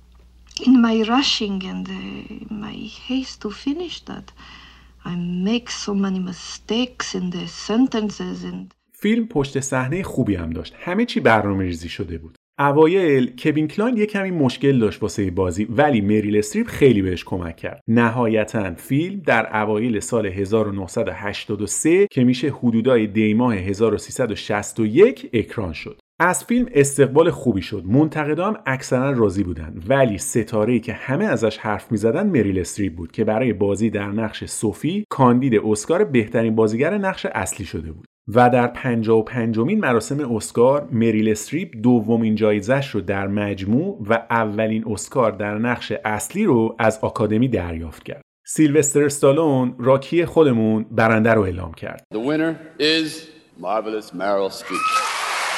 in my rushing and uh, my haste to finish that I make so many mistakes in the sentences and فیلم پشت صحنه خوبی هم داشت. همه چی برنامه‌ریزی شده بود. اوایل کوین کلاین یه کمی مشکل داشت واسه بازی ولی مریل استریپ خیلی بهش کمک کرد. نهایتاً فیلم در اوایل سال هزار و نهصد و هشتاد و سه که میشه حدودای دی ماه هزار و سیصد و شصت و یک اکران شد. از فیلم استقبال خوبی شد. منتقدا هم اکثرا راضی بودن ولی ستاره‌ای که همه ازش حرف می‌زدن مریل استریپ بود که برای بازی در نقش صوفی کاندید اسکار بهترین بازیگر نقش اصلی شده بود. و در پنجاه و پنجمین مراسم اسکار مریل استریپ دومین جایزش رو در مجموع و اولین اسکار در نقش اصلی رو از آکادمی دریافت کرد. سیلوستر استالون راکی خودمون برنده رو اعلام کرد. The winner is marvelous Meryl Streep.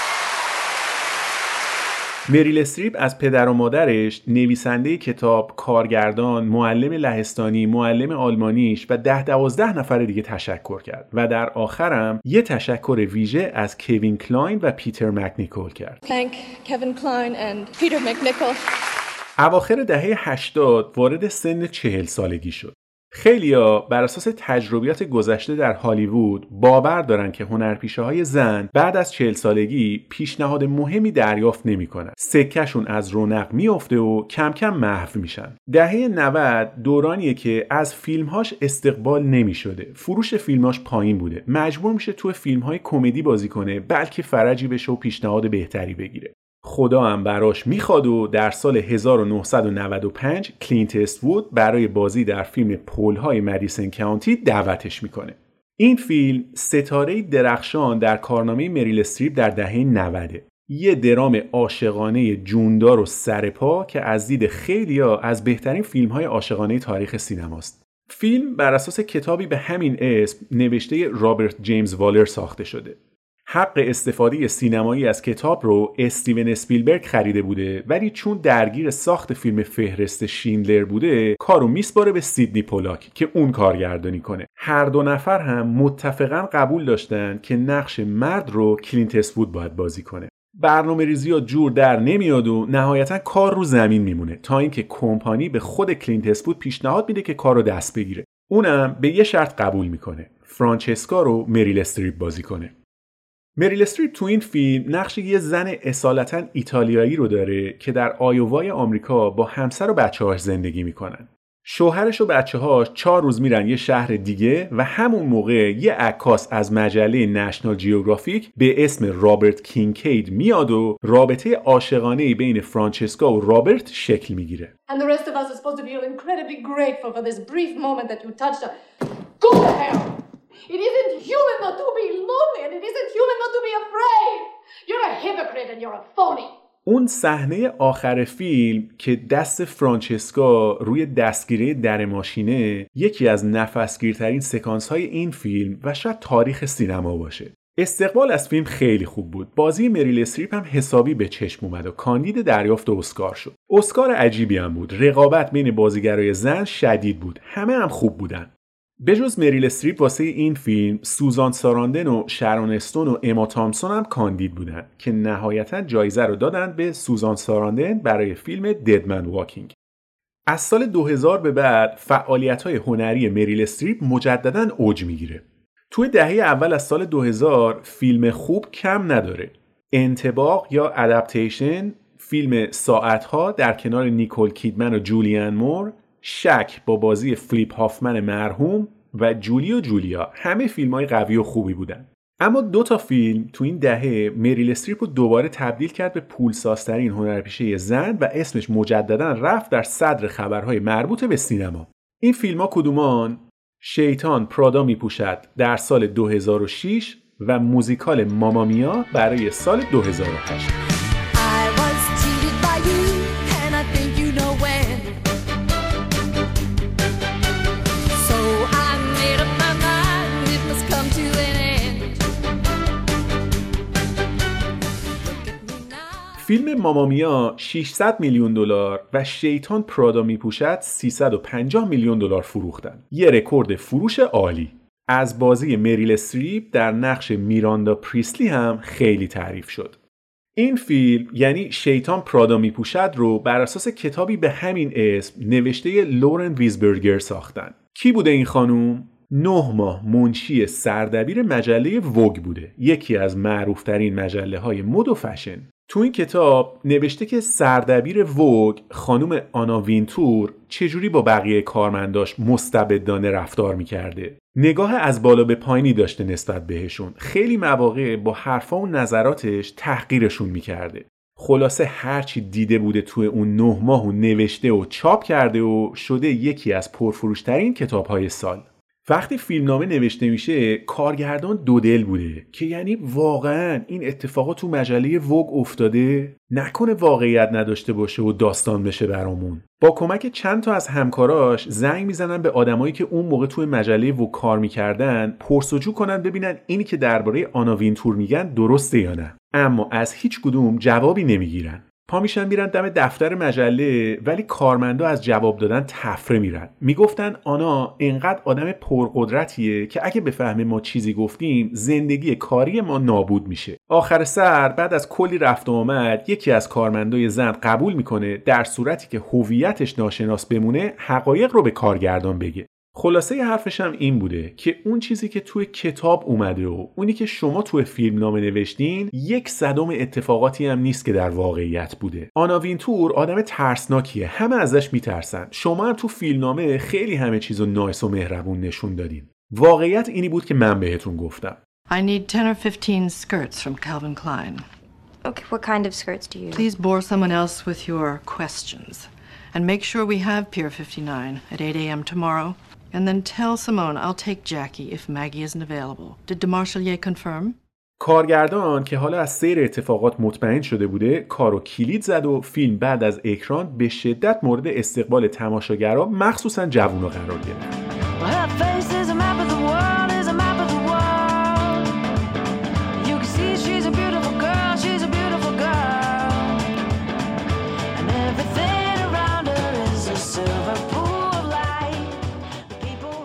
مریل استریپ از پدر و مادرش، نویسنده کتاب، کارگردان، معلم لهستانی، معلم آلمانیش و ده دوازده نفر دیگه تشکر کرد و در آخرم یه تشکر ویژه از کوین کلاین و پیتر مکنیکول کرد. Thank Kevin Kline and Peter McNichol. اواخر دهه هشتاد وارد سن چهل سالگی شد. خیلیا بر اساس تجربیات گذشته در هالیوود باور دارن که هنرپیشه‌های زن بعد از چهل سالگی پیشنهاد مهمی دریافت نمی‌کنن. سکه‌شون از رونق میفته و کم کم محو میشن. دهه نود دورانیه که از فیلم‌هاش استقبال نمی‌شده. فروش فیلم‌هاش پایین بوده. مجبور میشه تو فیلم‌های کمدی بازی کنه بلکه فرجی بشه و پیشنهاد بهتری بگیره. خدا هم براش میخواد و در سال هزار و نهصد و نود و پنج کلینت استوود برای بازی در فیلم پول‌های مدیسن کانتی دعوتش میکنه. این فیلم ستاره درخشان در کارنامه مریل استریپ در دهه نود. یه درام عاشقانه جوندار و سرپا که از دید خیلیا از بهترین فیلم‌های عاشقانه تاریخ سینماست. فیلم بر اساس کتابی به همین اسم نوشته رابرت جیمز والر ساخته شده. حق استفاده سینمایی از کتاب رو استیون اسپیلبرگ خریده بوده، ولی چون درگیر ساخت فیلم فهرست شیندلر بوده کارو میسپاره به سیدنی پولاک که اون کارگردانی کنه. هر دو نفر هم متفقاً قبول داشتن که نقش مرد رو کلینت استوود باید بازی کنه. برنامه ریزی ها جور در نمیاد و نهایتا کار رو زمین میمونه تا اینکه کمپانی به خود کلینت استوود پیشنهاد میده که کارو دست بگیره. اونم به یه شرط قبول میکنه، فرانچسکا رو مریل استریپ بازی کنه. مریل استریپ تو این فیلم نقش یه زن اصالتاً ایتالیایی رو داره که در آیووای آمریکا با همسر و بچه‌هاش زندگی میکنن. شوهرش و بچه‌هاش چهار روز میرن یه شهر دیگه و همون موقع یه عکاس از مجله نشنال جیوگرافیک به اسم رابرت کینکید میاد و رابطه عاشقانه‌ای بین فرانچسکا و رابرت شکل میگیره. And the rest of us are supposed to feel incredibly grateful for this brief moment that you touched us. Go to hell! It isn't human not to be lonely and it isn't human not to be afraid. You're a hypocrite and you're a phony. اون صحنه آخر فیلم که دست فرانچسکا روی دستگیره در ماشینه یکی از نفسگیرترین سکانس های این فیلم و شاید تاریخ سینما باشه. استقبال از فیلم خیلی خوب بود. بازی مریل استریپ هم حسابی به چشم اومد و کاندید دریافت اسکار شد. اسکار عجیبی هم بود. رقابت بین بازیگرای زن شدید بود. همه هم خوب بودن. به جز مریل استریپ واسه این فیلم سوزان ساراندن و شرون استون و اما تامسون هم کاندید بودن که نهایتا جایزه رو دادن به سوزان ساراندن برای فیلم ددمن واکینگ. از سال دو هزار به بعد فعالیت‌های هنری مریل استریپ مجدداً اوج میگیره. توی دهه اول از سال دو هزار فیلم خوب کم نداره. انطباق یا ادپتیشن، فیلم ساعتها در کنار نیکول کیدمن و جولیان مور، شک با بازی فلیپ هافمن مرحوم و جولی و جولیا، همه فیلم‌های قوی و خوبی بودن. اما دو تا فیلم تو این دهه مریل استریپ رو دوباره تبدیل کرد به پولسازترین هنرپیشه زن و اسمش مجددا رفت در صدر خبرهای مربوط به سینما. این فیلم‌ها کدومان؟ شیطان پرادا میپوشد در سال دو هزار و شش و موزیکال مامامیا برای سال دو هزار و هشت. فیلم مامامیا ششصد میلیون دلار و شیطان پرادا میپوشد سیصد و پنجاه میلیون دلار فروختن. یه رکورد فروش عالی. از بازی مریل استریپ در نقش میراندا پریسلی هم خیلی تعریف شد. این فیلم یعنی شیطان پرادا میپوشد رو بر اساس کتابی به همین اسم نوشته لورن ویزبرگر ساختن. کی بوده این خانوم؟ نه ماه منشی سردبیر مجله ووگ بوده، یکی از معروفترین مجله های مد و فشن. تو این کتاب نوشته که سردبیر ووگ خانم آنا وینتور چجوری با بقیه کارمنداش مستبدانه رفتار میکرده. نگاه از بالا به پایینی داشته نسبت بهشون. خیلی مواقع با حرفا و نظراتش تحقیرشون میکرده. خلاصه هرچی دیده بوده توی اون نه ماه و نوشته و چاپ کرده و شده یکی از پرفروشترین کتاب‌های سال. وقتی فیلمنامه نوشته میشه کارگردان دودل بوده که یعنی واقعا این اتفاقات تو مجله ووگ افتاده، نکنه واقعیت نداشته باشه و داستان بشه برامون. با کمک چند تا از همکاراش زنگ میزنن به آدمایی که اون موقع توی مجله ووگ کار میکردن پرسجو کنن ببینن اینی که درباره آنا وینتور میگن درسته یا نه، اما از هیچ کدوم جوابی نمیگیرن. پا میشن میرن دم دفتر مجله ولی کارمندا از جواب دادن تفره میرن. میگفتن آنا اینقدر آدم پرقدرتیه که اگه بفهمه ما چیزی گفتیم زندگی کاری ما نابود میشه. آخر سر بعد از کلی رفت و آمد یکی از کارمندای زن قبول میکنه در صورتی که هویتش ناشناس بمونه حقایق رو به کارگردان بگه. خلاصه ی حرفش هم این بوده که اون چیزی که توی کتاب اومده و اونی که شما توی فیلم نامه نوشتین یک صدم اتفاقاتی هم نیست که در واقعیت بوده. آنا وینتور آدم ترسناکیه، همه ازش میترسن. شما هم تو فیلم نامه خیلی همه چیزو نایس و مهربون نشون دادین. واقعیت اینی بود که من بهتون گفتم. I need ten or fifteen skirts from Calvin Klein. Okay, what kind of skirts do you? Please bore someone else with your questions. And make sure we have Pier fifty-nine at eight a.m. tomorrow. And then tell Simone I'll take Jackie if Maggie isn't available. Did DeMarchelier confirm? کارگردان که حالا از سیر اتفاقات مطمئن شده بوده کارو کلید زد و فیلم بعد از اکران به شدت مورد استقبال تماشاگرها مخصوصا جوونا قرار گرفت. Well,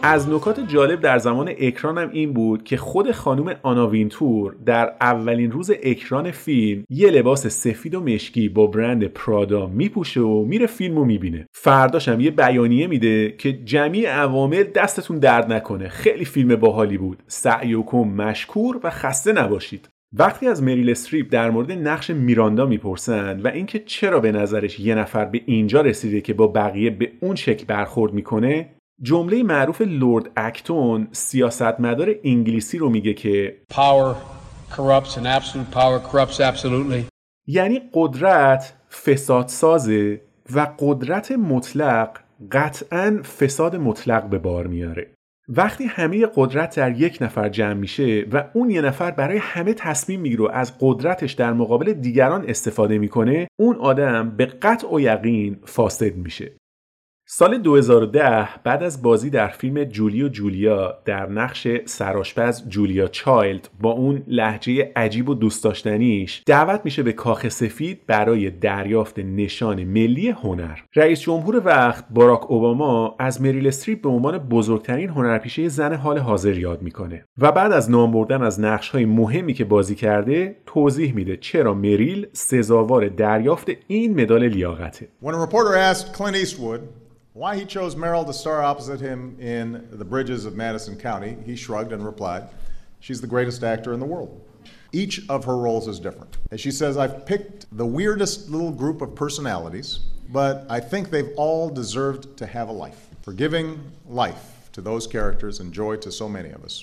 از نکات جالب در زمان اکرانم این بود که خود خانم آنا وینتور در اولین روز اکران فیلم یه لباس سفید و مشکی با برند پرادا میپوشه و میره فیلمو میبینه. فرداشم یه بیانیه میده که جمعی عوامل دستتون درد نکنه، خیلی فیلم باحالی بود، سعیکم مشکور و خسته نباشید. وقتی از مریل استریپ در مورد نقش میراندا میپرسن و اینکه چرا به نظرش یه نفر به اینجا رسیده که با بقیه به اون شکل برخورد میکنه، جمله معروف لورد اکتون سیاستمدار انگلیسی رو میگه که Power corrupts and absolute power corrupts absolutely. یعنی قدرت فساد سازه و قدرت مطلق قطعاً فساد مطلق به بار میاره. وقتی همه قدرت در یک نفر جمع میشه و اون یه نفر برای همه تصمیم میگیره و از قدرتش در مقابل دیگران استفاده میکنه، اون آدم به قطع و یقین فاسد میشه. سال دو هزار و ده بعد از بازی در فیلم جولی و جولیا در نقش سرآشپز جولیا چایلد با اون لهجه عجیب و دوست داشتنیش دعوت میشه به کاخ سفید برای دریافت نشان ملی هنر. رئیس جمهور وقت باراک اوباما از مریل استریپ به عنوان بزرگترین هنرپیشه زن حال حاضر یاد میکنه و بعد از نام بردن از نقش‌های مهمی که بازی کرده توضیح میده چرا مریل سزاوار دریافت این مدال لیاقته. When a reporter asked Clint Eastwood why he chose Meryl to star opposite him in The Bridges of Madison County, he shrugged and replied, "She's the greatest actor in the world. Each of her roles is different." And she says, "I've picked the weirdest little group of personalities, but I think they've all deserved to have a life, for giving life to those characters and joy to so many of us."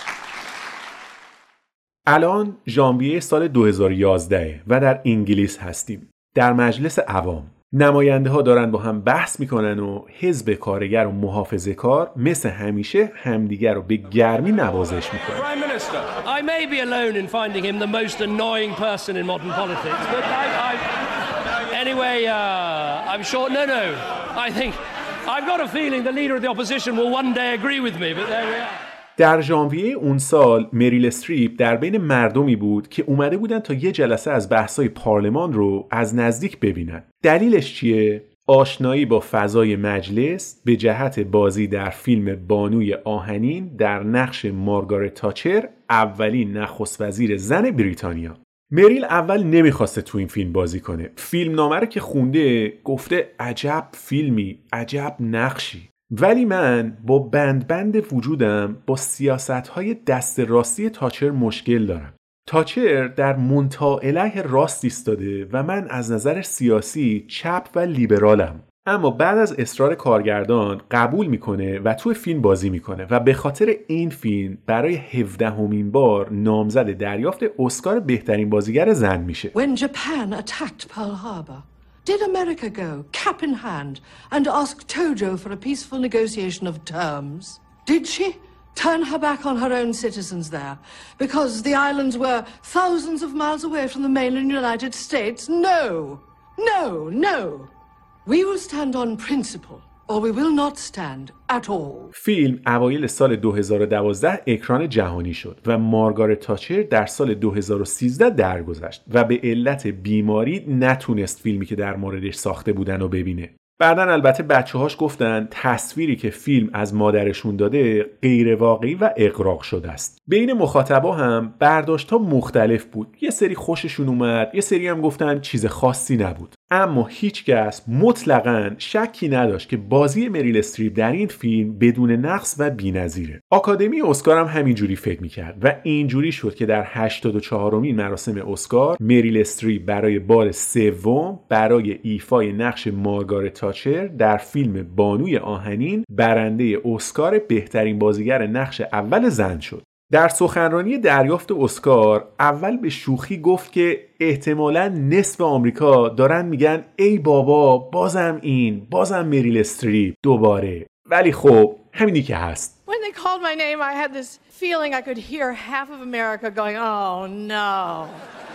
الان ژانویه سال دو هزار و یازده و در انگلیس هستیم. در مجلس عوام نماینده ها دارن با هم بحث میکنن و حزب کارگر و محافظه کار مثل همیشه همدیگر رو به گرمی نوازش میکنن. Prime Minister, I may be alone in finding him the most annoying person in modern politics, but I, I anyway, uh, I'm sure. No, no, I think I've got a feeling the leader of the opposition will one day agree with me, but there we are. در ژانویه اون سال مریل استریپ در بین مردمی بود که اومده بودن تا یه جلسه از بحث‌های پارلمان رو از نزدیک ببینن. دلیلش چیه؟ آشنایی با فضای مجلس به جهت بازی در فیلم بانوی آهنین در نقش مارگارت تاچر، اولین نخست وزیر زن بریتانیا. مریل اول نمیخواسته تو این فیلم بازی کنه. فیلم نامه رو که خونده گفته عجب فیلمی، عجب نقشی. ولی من با بند بند وجودم با سیاست‌های دست راستی تاچر مشکل دارم. تاچر در منتهی علیه راست ایستاده و من از نظر سیاسی چپ و لیبرالم. اما بعد از اصرار کارگردان قبول میکنه و تو فیلم بازی میکنه و به خاطر این فیلم برای هفدهمین بار نامزد دریافت اسکار بهترین بازیگر زن میشه. When Japan attacked Pearl Harbor, did America go cap in hand and ask Tojo for a peaceful negotiation of terms? Did she turn her back on her own citizens there because the islands were thousands of miles away from the mainland United States? No, no, no. We will stand on principle or we will not stand at all. فیلم اوایل سال دو هزار و دوازده اکران جهانی شد و مارگارت تاچر در سال دو هزار و سیزده درگذشت و به علت بیماری نتونست فیلمی که در موردش ساخته بودن رو ببینه. بعدن البته بچه‌هاش گفتن تصویری که فیلم از مادرشون داده غیر واقعی و اغراق شده است. بین مخاطبا هم برداشت‌ها مختلف بود. یه سری خوششون اومد، یه سری هم گفتن چیز خاصی نبود. اما هیچکس مطلقاً شکی نداشت که بازی مریل استریپ در این فیلم بدون نقص و بی‌نظیره. آکادمی اسکار هم همینجوری فکر می‌کرد و اینجوری شد که در هشتاد و چهارمین مراسم اسکار مریل استریپ برای بار سوم برای ایفای نقش مارگارت تاچر در فیلم بانوی آهنین برنده اسکار بهترین بازیگر نقش اول زن شد. در سخنرانی دریافت اسکار اول به شوخی گفت که احتمالاً نصف آمریکا دارن میگن ای بابا بازم این، بازم مریل استریپ دوباره. ولی خب همینی که هست. When they called my name, I had this feeling I could hear half of America going, oh no,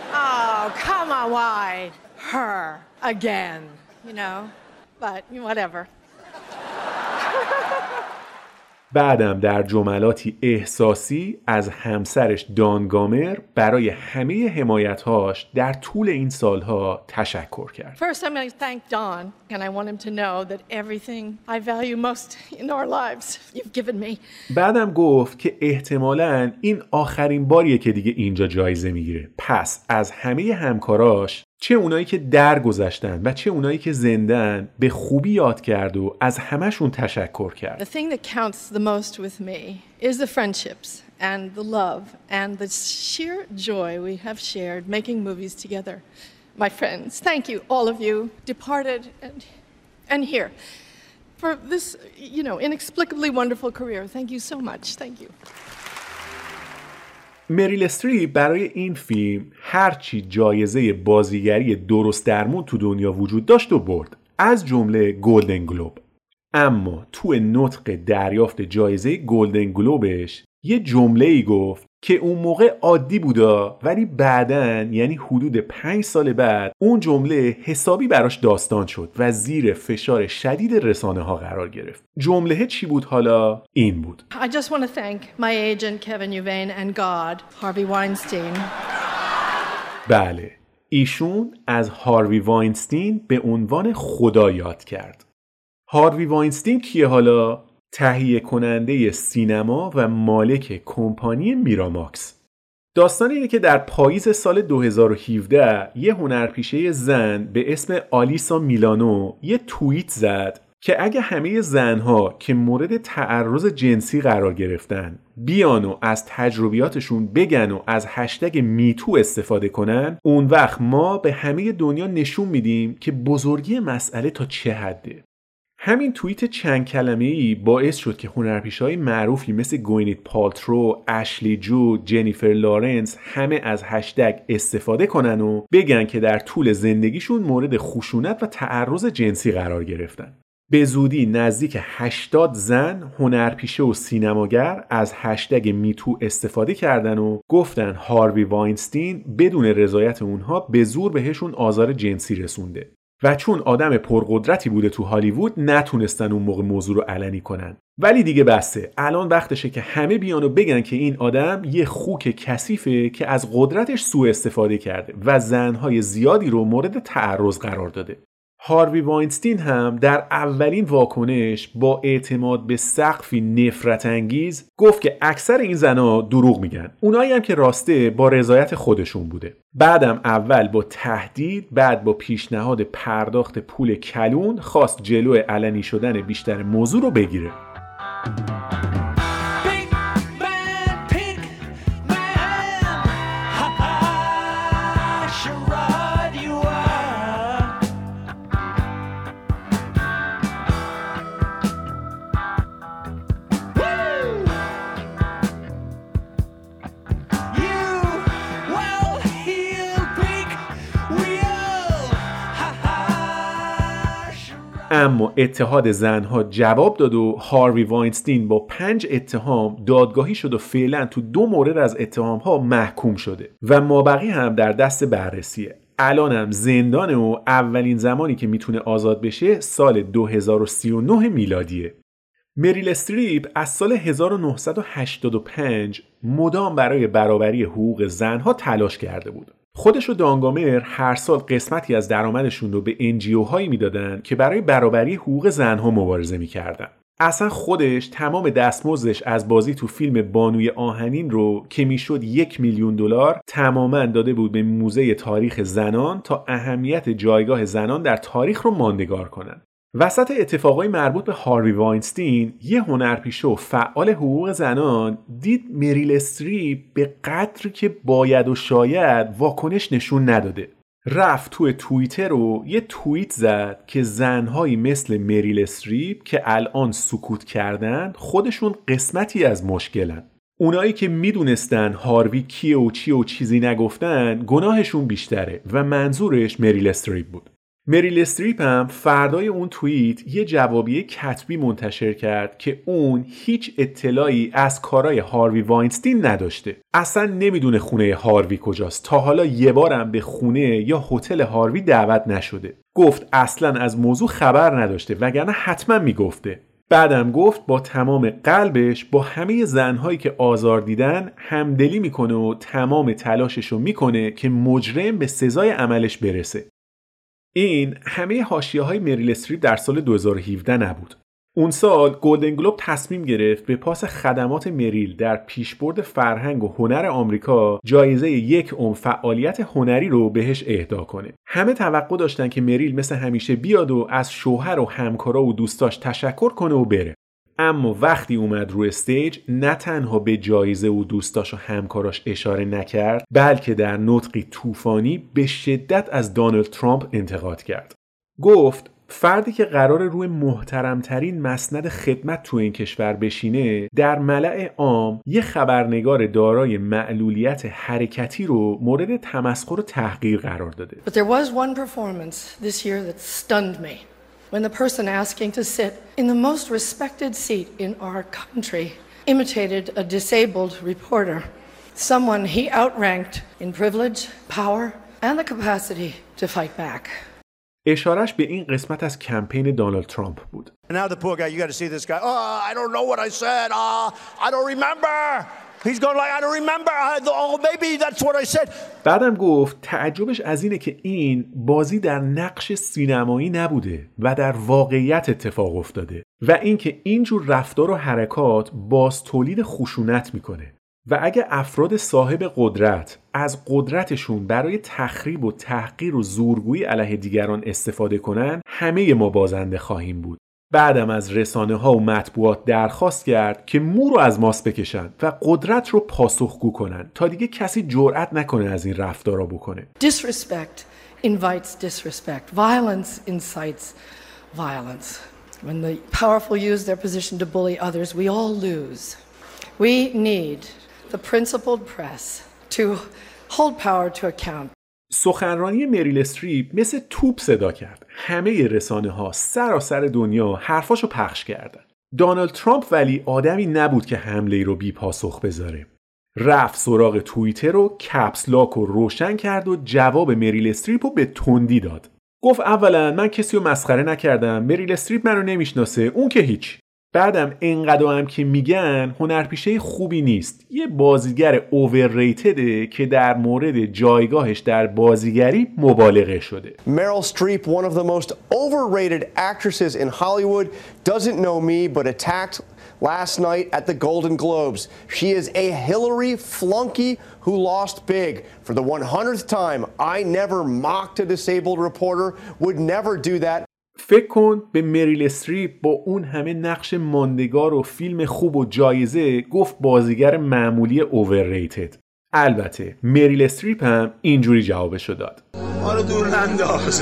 oh come on, why her again, you know, but whatever. بعدم در جملاتی احساسی از همسرش دان گامر برای همه حمایت‌هاش در طول این سالها تشکر کرد. First I'm going to thank Don and I want him to know that everything I value most in our lives you've given me. بعدم گفت که احتمالاً این آخرین باریه که دیگه اینجا جایزه میگیره. پس از همه همکاراش، چه اونایی که درگذشتن و چه اونایی که زندن، به خوبی یاد کرد و از همشون تشکر کرد. The thing that counts the most with me is the friendships and the love and the sheer joy we have shared making movies together. My friends, thank you, all of you, departed and and here, for this, you know, inexplicably wonderful career. Thank you so much. Thank you. مریل استریپ برای این فیلم هرچی جایزه بازیگری درست درمون تو دنیا وجود داشت و برد، از جمله گلدن گلوب. اما تو نطق دریافت جایزه گلدن گلوبش یه جمله‌ای گفت که اون موقع عادی بودا، ولی بعدن، یعنی حدود پنج سال بعد، اون جمله حسابی براش داستان شد و زیر فشار شدید رسانه ها قرار گرفت. جمله چی بود حالا؟ این بود: I just want to thank my agent Kevin Uvain and God, Harvey Weinstein. بله، ایشون از هاروی واینستین به عنوان خدا یاد کرد. هاروی واینستین کیه حالا؟ تهیه کننده سینما و مالک کمپانی میراماکس. داستان اینه که در پاییز سال دو هزار و هفده یه هنرپیشه زن به اسم آلیسا میلانو یه توییت زد که اگه همه زنها که مورد تعرض جنسی قرار گرفتن بیان و از تجربیاتشون بگن و از هشتگ میتو استفاده کنن، اون وقت ما به همه دنیا نشون میدیم که بزرگی مسئله تا چه حده. همین توییت چند کلمه‌ای باعث شد که هنرپیشه‌های معروفی مثل گوینت پالترو، اشلی جود، جنیفر لارنس همه از هشتگ استفاده کنن و بگن که در طول زندگیشون مورد خشونت و تعرض جنسی قرار گرفتن. به زودی نزدیک هشتاد زن، هنرپیشه و سینماگر از هشتگ میتو استفاده کردن و گفتن هاروی واینستین بدون رضایت اونها به زور بهشون آزار جنسی رسونده. و چون آدم پرقدرتی بوده تو هالیوود نتونستن اون موقع موضوع رو علنی کنن. ولی دیگه بسته، الان وقتشه که همه بیان و بگن که این آدم یه خوک کثیفه که از قدرتش سوء استفاده کرده و زنهای زیادی رو مورد تعرض قرار داده. هاروی واینستین هم در اولین واکنش با اعتماد به سقفی نفرت انگیز گفت که اکثر این زنها دروغ میگن، اونایی هم که راسته با رضایت خودشون بوده. بعدم اول با تهدید، بعد با پیشنهاد پرداخت پول کلون خواست جلو علنی شدن بیشتر موضوع رو بگیره. اما اتحاد زنها جواب داد و هاروی واینستین با پنج اتهام دادگاهی شد و فعلا تو دو مورد از اتهامها محکوم شده و مابقی هم در دست بررسیه. الانم زندانه و اولین زمانی که میتونه آزاد بشه سال دو هزار و سی و نه میلادیه. مریل استریپ از سال هزار و نهصد و هشتاد و پنج مدام برای برابری حقوق زنها تلاش کرده بود. خودش و دان گامر هر سال قسمتی از درآمدشون رو به ان جی او هایی میدادن که برای برابری حقوق زنها مبارزه میکردن. اصلا خودش تمام دستمزدش از بازی تو فیلم بانوی آهنین رو که میشد یک میلیون دلار تماما داده بود به موزه تاریخ زنان تا اهمیت جایگاه زنان در تاریخ رو ماندگار کنن. وسط اتفاقای مربوط به هاروی واینستین یه هنرپیشه و فعال حقوق زنان دید مریل استریپ به قدری که باید و شاید واکنش نشون نداده. رفت توی توییتر و یه توییت زد که زنهایی مثل مریل استریپ که الان سکوت کردن خودشون قسمتی از مشکلن. اونایی که میدونستن هاروی کیه و چی و چیزی نگفتن گناهشون بیشتره و منظورش مریل استریپ بود. مریل استریپ هم فردای اون توییت یه جوابیه کتبی منتشر کرد که اون هیچ اطلاعی از کارای هاروی واینستین نداشته. اصلا نمیدونه خونه هاروی کجاست. تا حالا یه بارم به خونه یا هتل هاروی دعوت نشده. گفت اصلا از موضوع خبر نداشته وگرنه حتما میگفته. بعدم گفت با تمام قلبش با همه زنهایی که آزار دیدن همدلی میکنه و تمام تلاششو میکنه که مجرم به سزای عملش برسه. این همه حاشیه‌های مریل استریپ در سال دو هزار و هفده نبود. اون سال گلدن گلوب تصمیم گرفت به پاس خدمات مریل در پیشبرد فرهنگ و هنر آمریکا جایزه یک عمر فعالیت هنری رو بهش اهدا کنه. همه توقع داشتن که مریل مثل همیشه بیاد و از شوهر و همکارا و دوستاش تشکر کنه و بره. اما وقتی اومد رو استیج نه تنها به جایزه و دوستاش و همکاراش اشاره نکرد، بلکه در نطقی طوفانی به شدت از دونالد ترامپ انتقاد کرد. گفت فردی که قرار روی محترمترین مسند خدمت تو این کشور بشینه در ملأ عام یه خبرنگار دارای معلولیت حرکتی رو مورد تمسخر و تحقیر قرار داده. But there was one performance this year that stunned me. When the person asking to sit in the most respected seat in our country imitated a disabled reporter, someone he outranked in privilege, power, and the capacity to fight back. اشارش به این قسمت از کمپین دونالد ترامپ بود. And now the poor guy, you got to see this guy. Oh, I don't know what I said. Oh, I don't remember. He's going like I don't remember. Oh, maybe that's what I said. بعدم گفت تعجبش از اینه که این بازی در نقش سینمایی نبوده و در واقعیت اتفاق افتاده و اینکه اینجور رفتار و حرکات باز تولید خشونت میکنه. و اگه افراد صاحب قدرت از قدرتشون برای تخریب و تحقیر و زورگویی علیه دیگران استفاده کنن، همه ما بازنده خواهیم بود. بعدم از رسانه ها و مطبوعات درخواست کرد که مو رو از ماست بکشن و قدرت رو پاسخگو کنن تا دیگه کسی جرأت نکنه از این رفتارا بکنه. Disrespect invites disrespect. Violence incites violence. When the powerful use their position to bully others, we all lose. We need the principled press to hold power to account. سخنرانی مریل استریپ مثل توپ صدا کرد. همه رسانه ها سراسر دنیا حرفاشو پخش کردن. دونالد ترامپ ولی آدمی نبود که حمله رو بی پاسخ بذاره. رفت سراغ توییتر رو کپس لاک رو روشن کرد و جواب مریل استریپ رو به تندی داد. گفت اولا من کسی رو مسخره نکردم، مریل استریپ منو نمیشناسه، اون که هیچ. بعدم اینقدر هم که میگن هنرپیشه خوبی نیست، یه بازیگر اوورریتده که در مورد جایگاهش در بازیگری مبالغه شده. Meryl Streep, one of the most overrated actresses in Hollywood, doesn't know me but attacked last night at the Golden Globes. She is a Hillary flunky who lost big. For the one hundredth time, I never mocked a disabled reporter, would never do that. فکر کن به مریل استریپ با اون همه نقش ماندگار و فیلم خوب و جایزه گفت بازیگر معمولی اوورریتد. البته مریل استریپ هم اینجوری جوابشو داد. ما رو دور ننداز.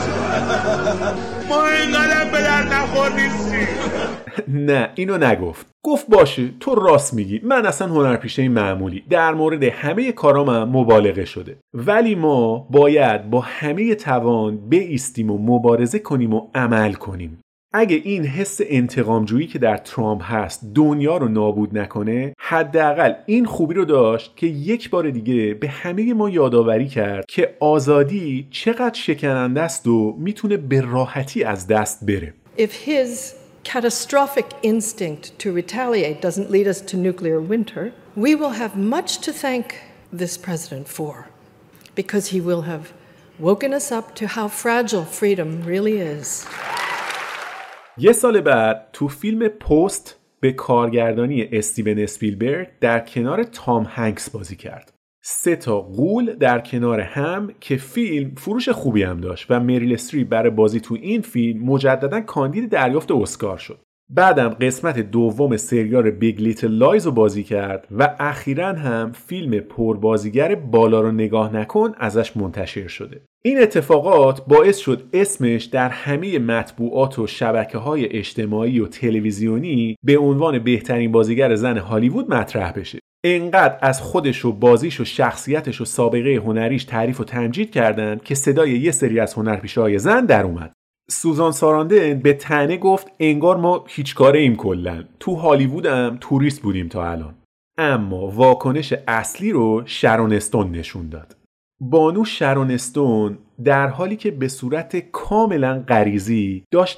ما اینقدر به در نخور نیستیم. نه اینو نگفت. گفت باشه تو راست میگی، من اصلا هنرپیشه معمولی، در مورد همه کارامم مبالغه شده، ولی ما باید با همه توان بایستیم و مبارزه کنیم و عمل کنیم. اگه این حس انتقامجویی که در ترامپ هست دنیا رو نابود نکنه، حداقل این خوبی رو داشت که یک بار دیگه به همه ما یادآوری کرد که آزادی چقدر شکننده است و میتونه به راحتی از دست بره. If his catastrophic instinct to retaliate doesn't lead us to nuclear winter, we will have much to thank this president for, because he will have woken us up to how fragile freedom really is. یه سال بعد تو فیلم پست به کارگردانی استیون اسپیلبرگ در کنار تام هنکس بازی کرد. سه تا غول در کنار هم که فیلم فروش خوبی هم داشت و مریل استریپ برای بازی تو این فیلم مجددا کاندید دریافت اسکار شد. بعدم قسمت دوم سریال بیگ لیتل لایز رو بازی کرد و اخیراً هم فیلم پربازیگر بالا رو نگاه نکن ازش منتشر شده. این اتفاقات باعث شد اسمش در همه مطبوعات و شبکه‌های اجتماعی و تلویزیونی به عنوان بهترین بازیگر زن هالیوود مطرح بشه. انقدر از خودش و بازیش و شخصیتش و سابقه هنریش تعریف و تمجید کردند که صدای یه سری از هنرپیشه‌های زن در اومد. سوزان ساراندن به طعنه گفت انگار ما هیچ کاره ایم کلن، تو هالیوود هم توریست بودیم تا الان. اما واکنش اصلی رو شرون استون نشون داد. بانو شرون استون در حالی که به صورت کاملا غریزی داشتن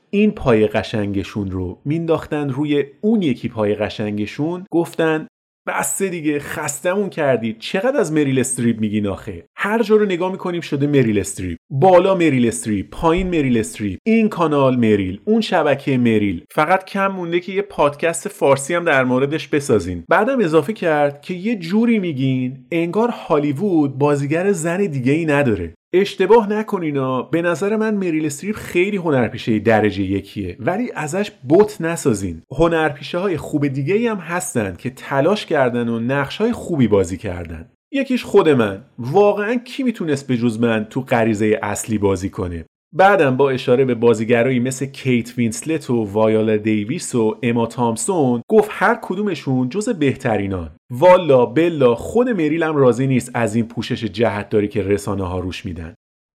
این پای قشنگشون رو مینداختن روی اون یکی پای قشنگشون، گفتن بسته دیگه، خستمون کردید، چقدر از مریل استریپ میگین آخه؟ هر جا رو نگاه میکنیم شده مریل استریپ، بالا مریل استریپ، پایین مریل استریپ، این کانال مریل، اون شبکه مریل، فقط کم مونده که یه پادکست فارسی هم در موردش بسازین. بعدم اضافه کرد که یه جوری میگین انگار هالیوود بازیگر زن دیگه ای نداره. اشتباه نکنینا، به نظر من مریل استریپ خیلی هنرپیشه درجه یکیه، ولی ازش بت نسازین. هنرپیشه های خوب دیگه ای هم هستن که تلاش کردن و نقش های خوبی بازی کردن. یکیش خود من. واقعا کی میتونست به جز من تو غریزه اصلی بازی کنه؟ بعدم با اشاره به بازیگرایی مثل کیت وینسلت و وایولا دیویس و اما تامسون گفت هر کدومشون جز بهترینان. والا بلا خود مریل هم راضی نیست از این پوشش جهتداری که رسانه ها روش میدن.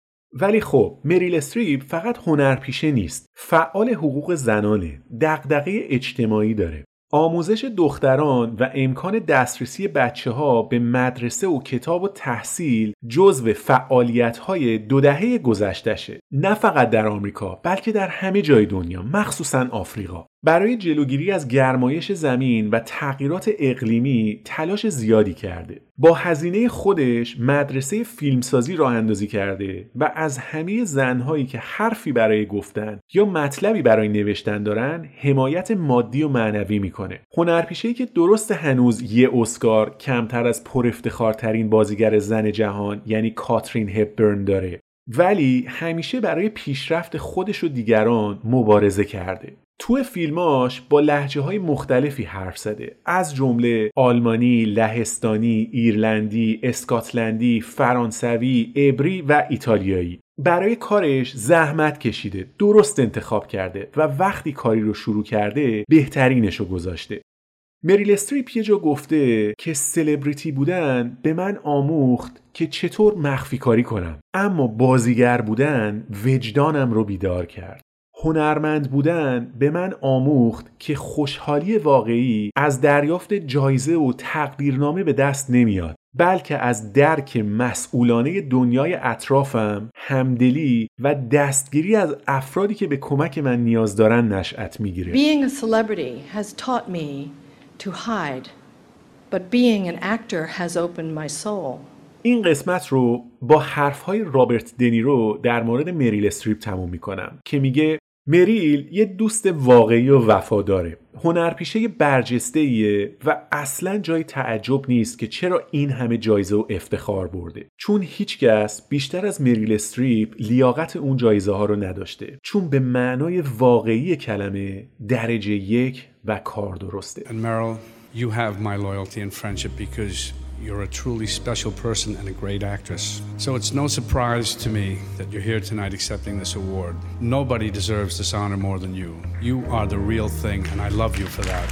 ولی خب مریل استریپ فقط هنرپیشه نیست، فعال حقوق زنانه، دغدغه اجتماعی داره. آموزش دختران و امکان دسترسی بچه ها به مدرسه و کتاب و تحصیل جزو فعالیت‌های دو دهه گذشته‌شه، نه فقط در آمریکا بلکه در همه جای دنیا، مخصوصاً آفریقا. برای جلوگیری از گرمایش زمین و تغییرات اقلیمی تلاش زیادی کرده. با هزینه خودش مدرسه فیلمسازی راه اندازی کرده و از همه زنهایی که حرفی برای گفتن یا مطلبی برای نوشتن دارن حمایت مادی و معنوی میکنه. هنرپیشه‌ای که درست هنوز یه اسکار کمتر از پر افتخارترین بازیگر زن جهان یعنی کاترین هپبرن داره، ولی همیشه برای پیشرفت خودش و دیگران مبارزه کرده. تو فیلماش با لهجه‌های مختلفی حرف زده، از جمله آلمانی، لهستانی، ایرلندی، اسکاتلندی، فرانسوی، عبری و ایتالیایی. برای کارش زحمت کشیده، درست انتخاب کرده و وقتی کاری رو شروع کرده بهترینشو گذاشته. مریل استریپ یه جا گفته که سلبریتی بودن به من آموخت که چطور مخفی کاری کنم، اما بازیگر بودن وجدانم رو بیدار کرد. هنرمند بودن به من آموخت که خوشحالی واقعی از دریافت جایزه و تقدیرنامه به دست نمیاد، بلکه از درک مسئولانه دنیای اطرافم، همدلی و دستگیری از افرادی که به کمک من نیاز دارن نشأت میگیره. Being a celebrity has taught me to hide, but being an actor has opened my soul. این قسمت رو با حرفهای رابرت دنیرو در مورد مریل استریپ تموم میکنم که میگه مریل یه دوست واقعی و وفاداره، هنرپیشه برجسته‌ایه و اصلاً جای تعجب نیست که چرا این همه جایزه و افتخار برده، چون هیچکس بیشتر از مریل استریپ لیاقت اون جایزه ها رو نداشته، چون به معنای واقعی کلمه درجه یک و کار درسته. And Meryl, you have my loyalty and friendship because you're a truly special person and a great actress. So it's no surprise to me that you're here tonight accepting this award. Nobody deserves this honor more than you. You are the real thing, and I love you for that.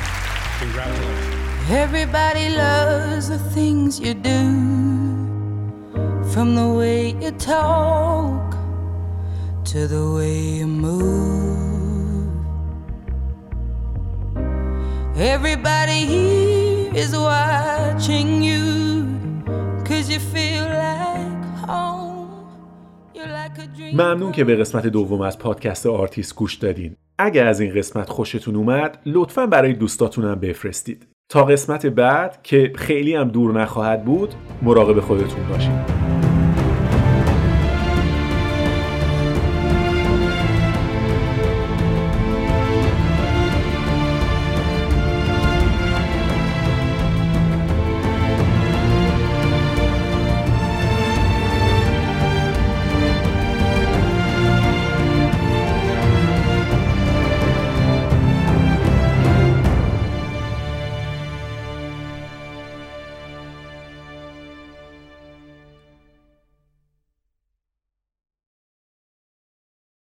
Congratulations. Everybody loves the things you do, from the way you talk to the way you move. Everybody here is watching you, 'cause you feel like home. You're like a dream. ممنون که به قسمت دوم از پادکست آرتیست گوش دادین. اگه از این قسمت خوشتون اومد لطفاً برای دوستاتونم بفرستید. تا قسمت بعد که خیلی هم دور نخواهد بود، مراقب خودتون باشید.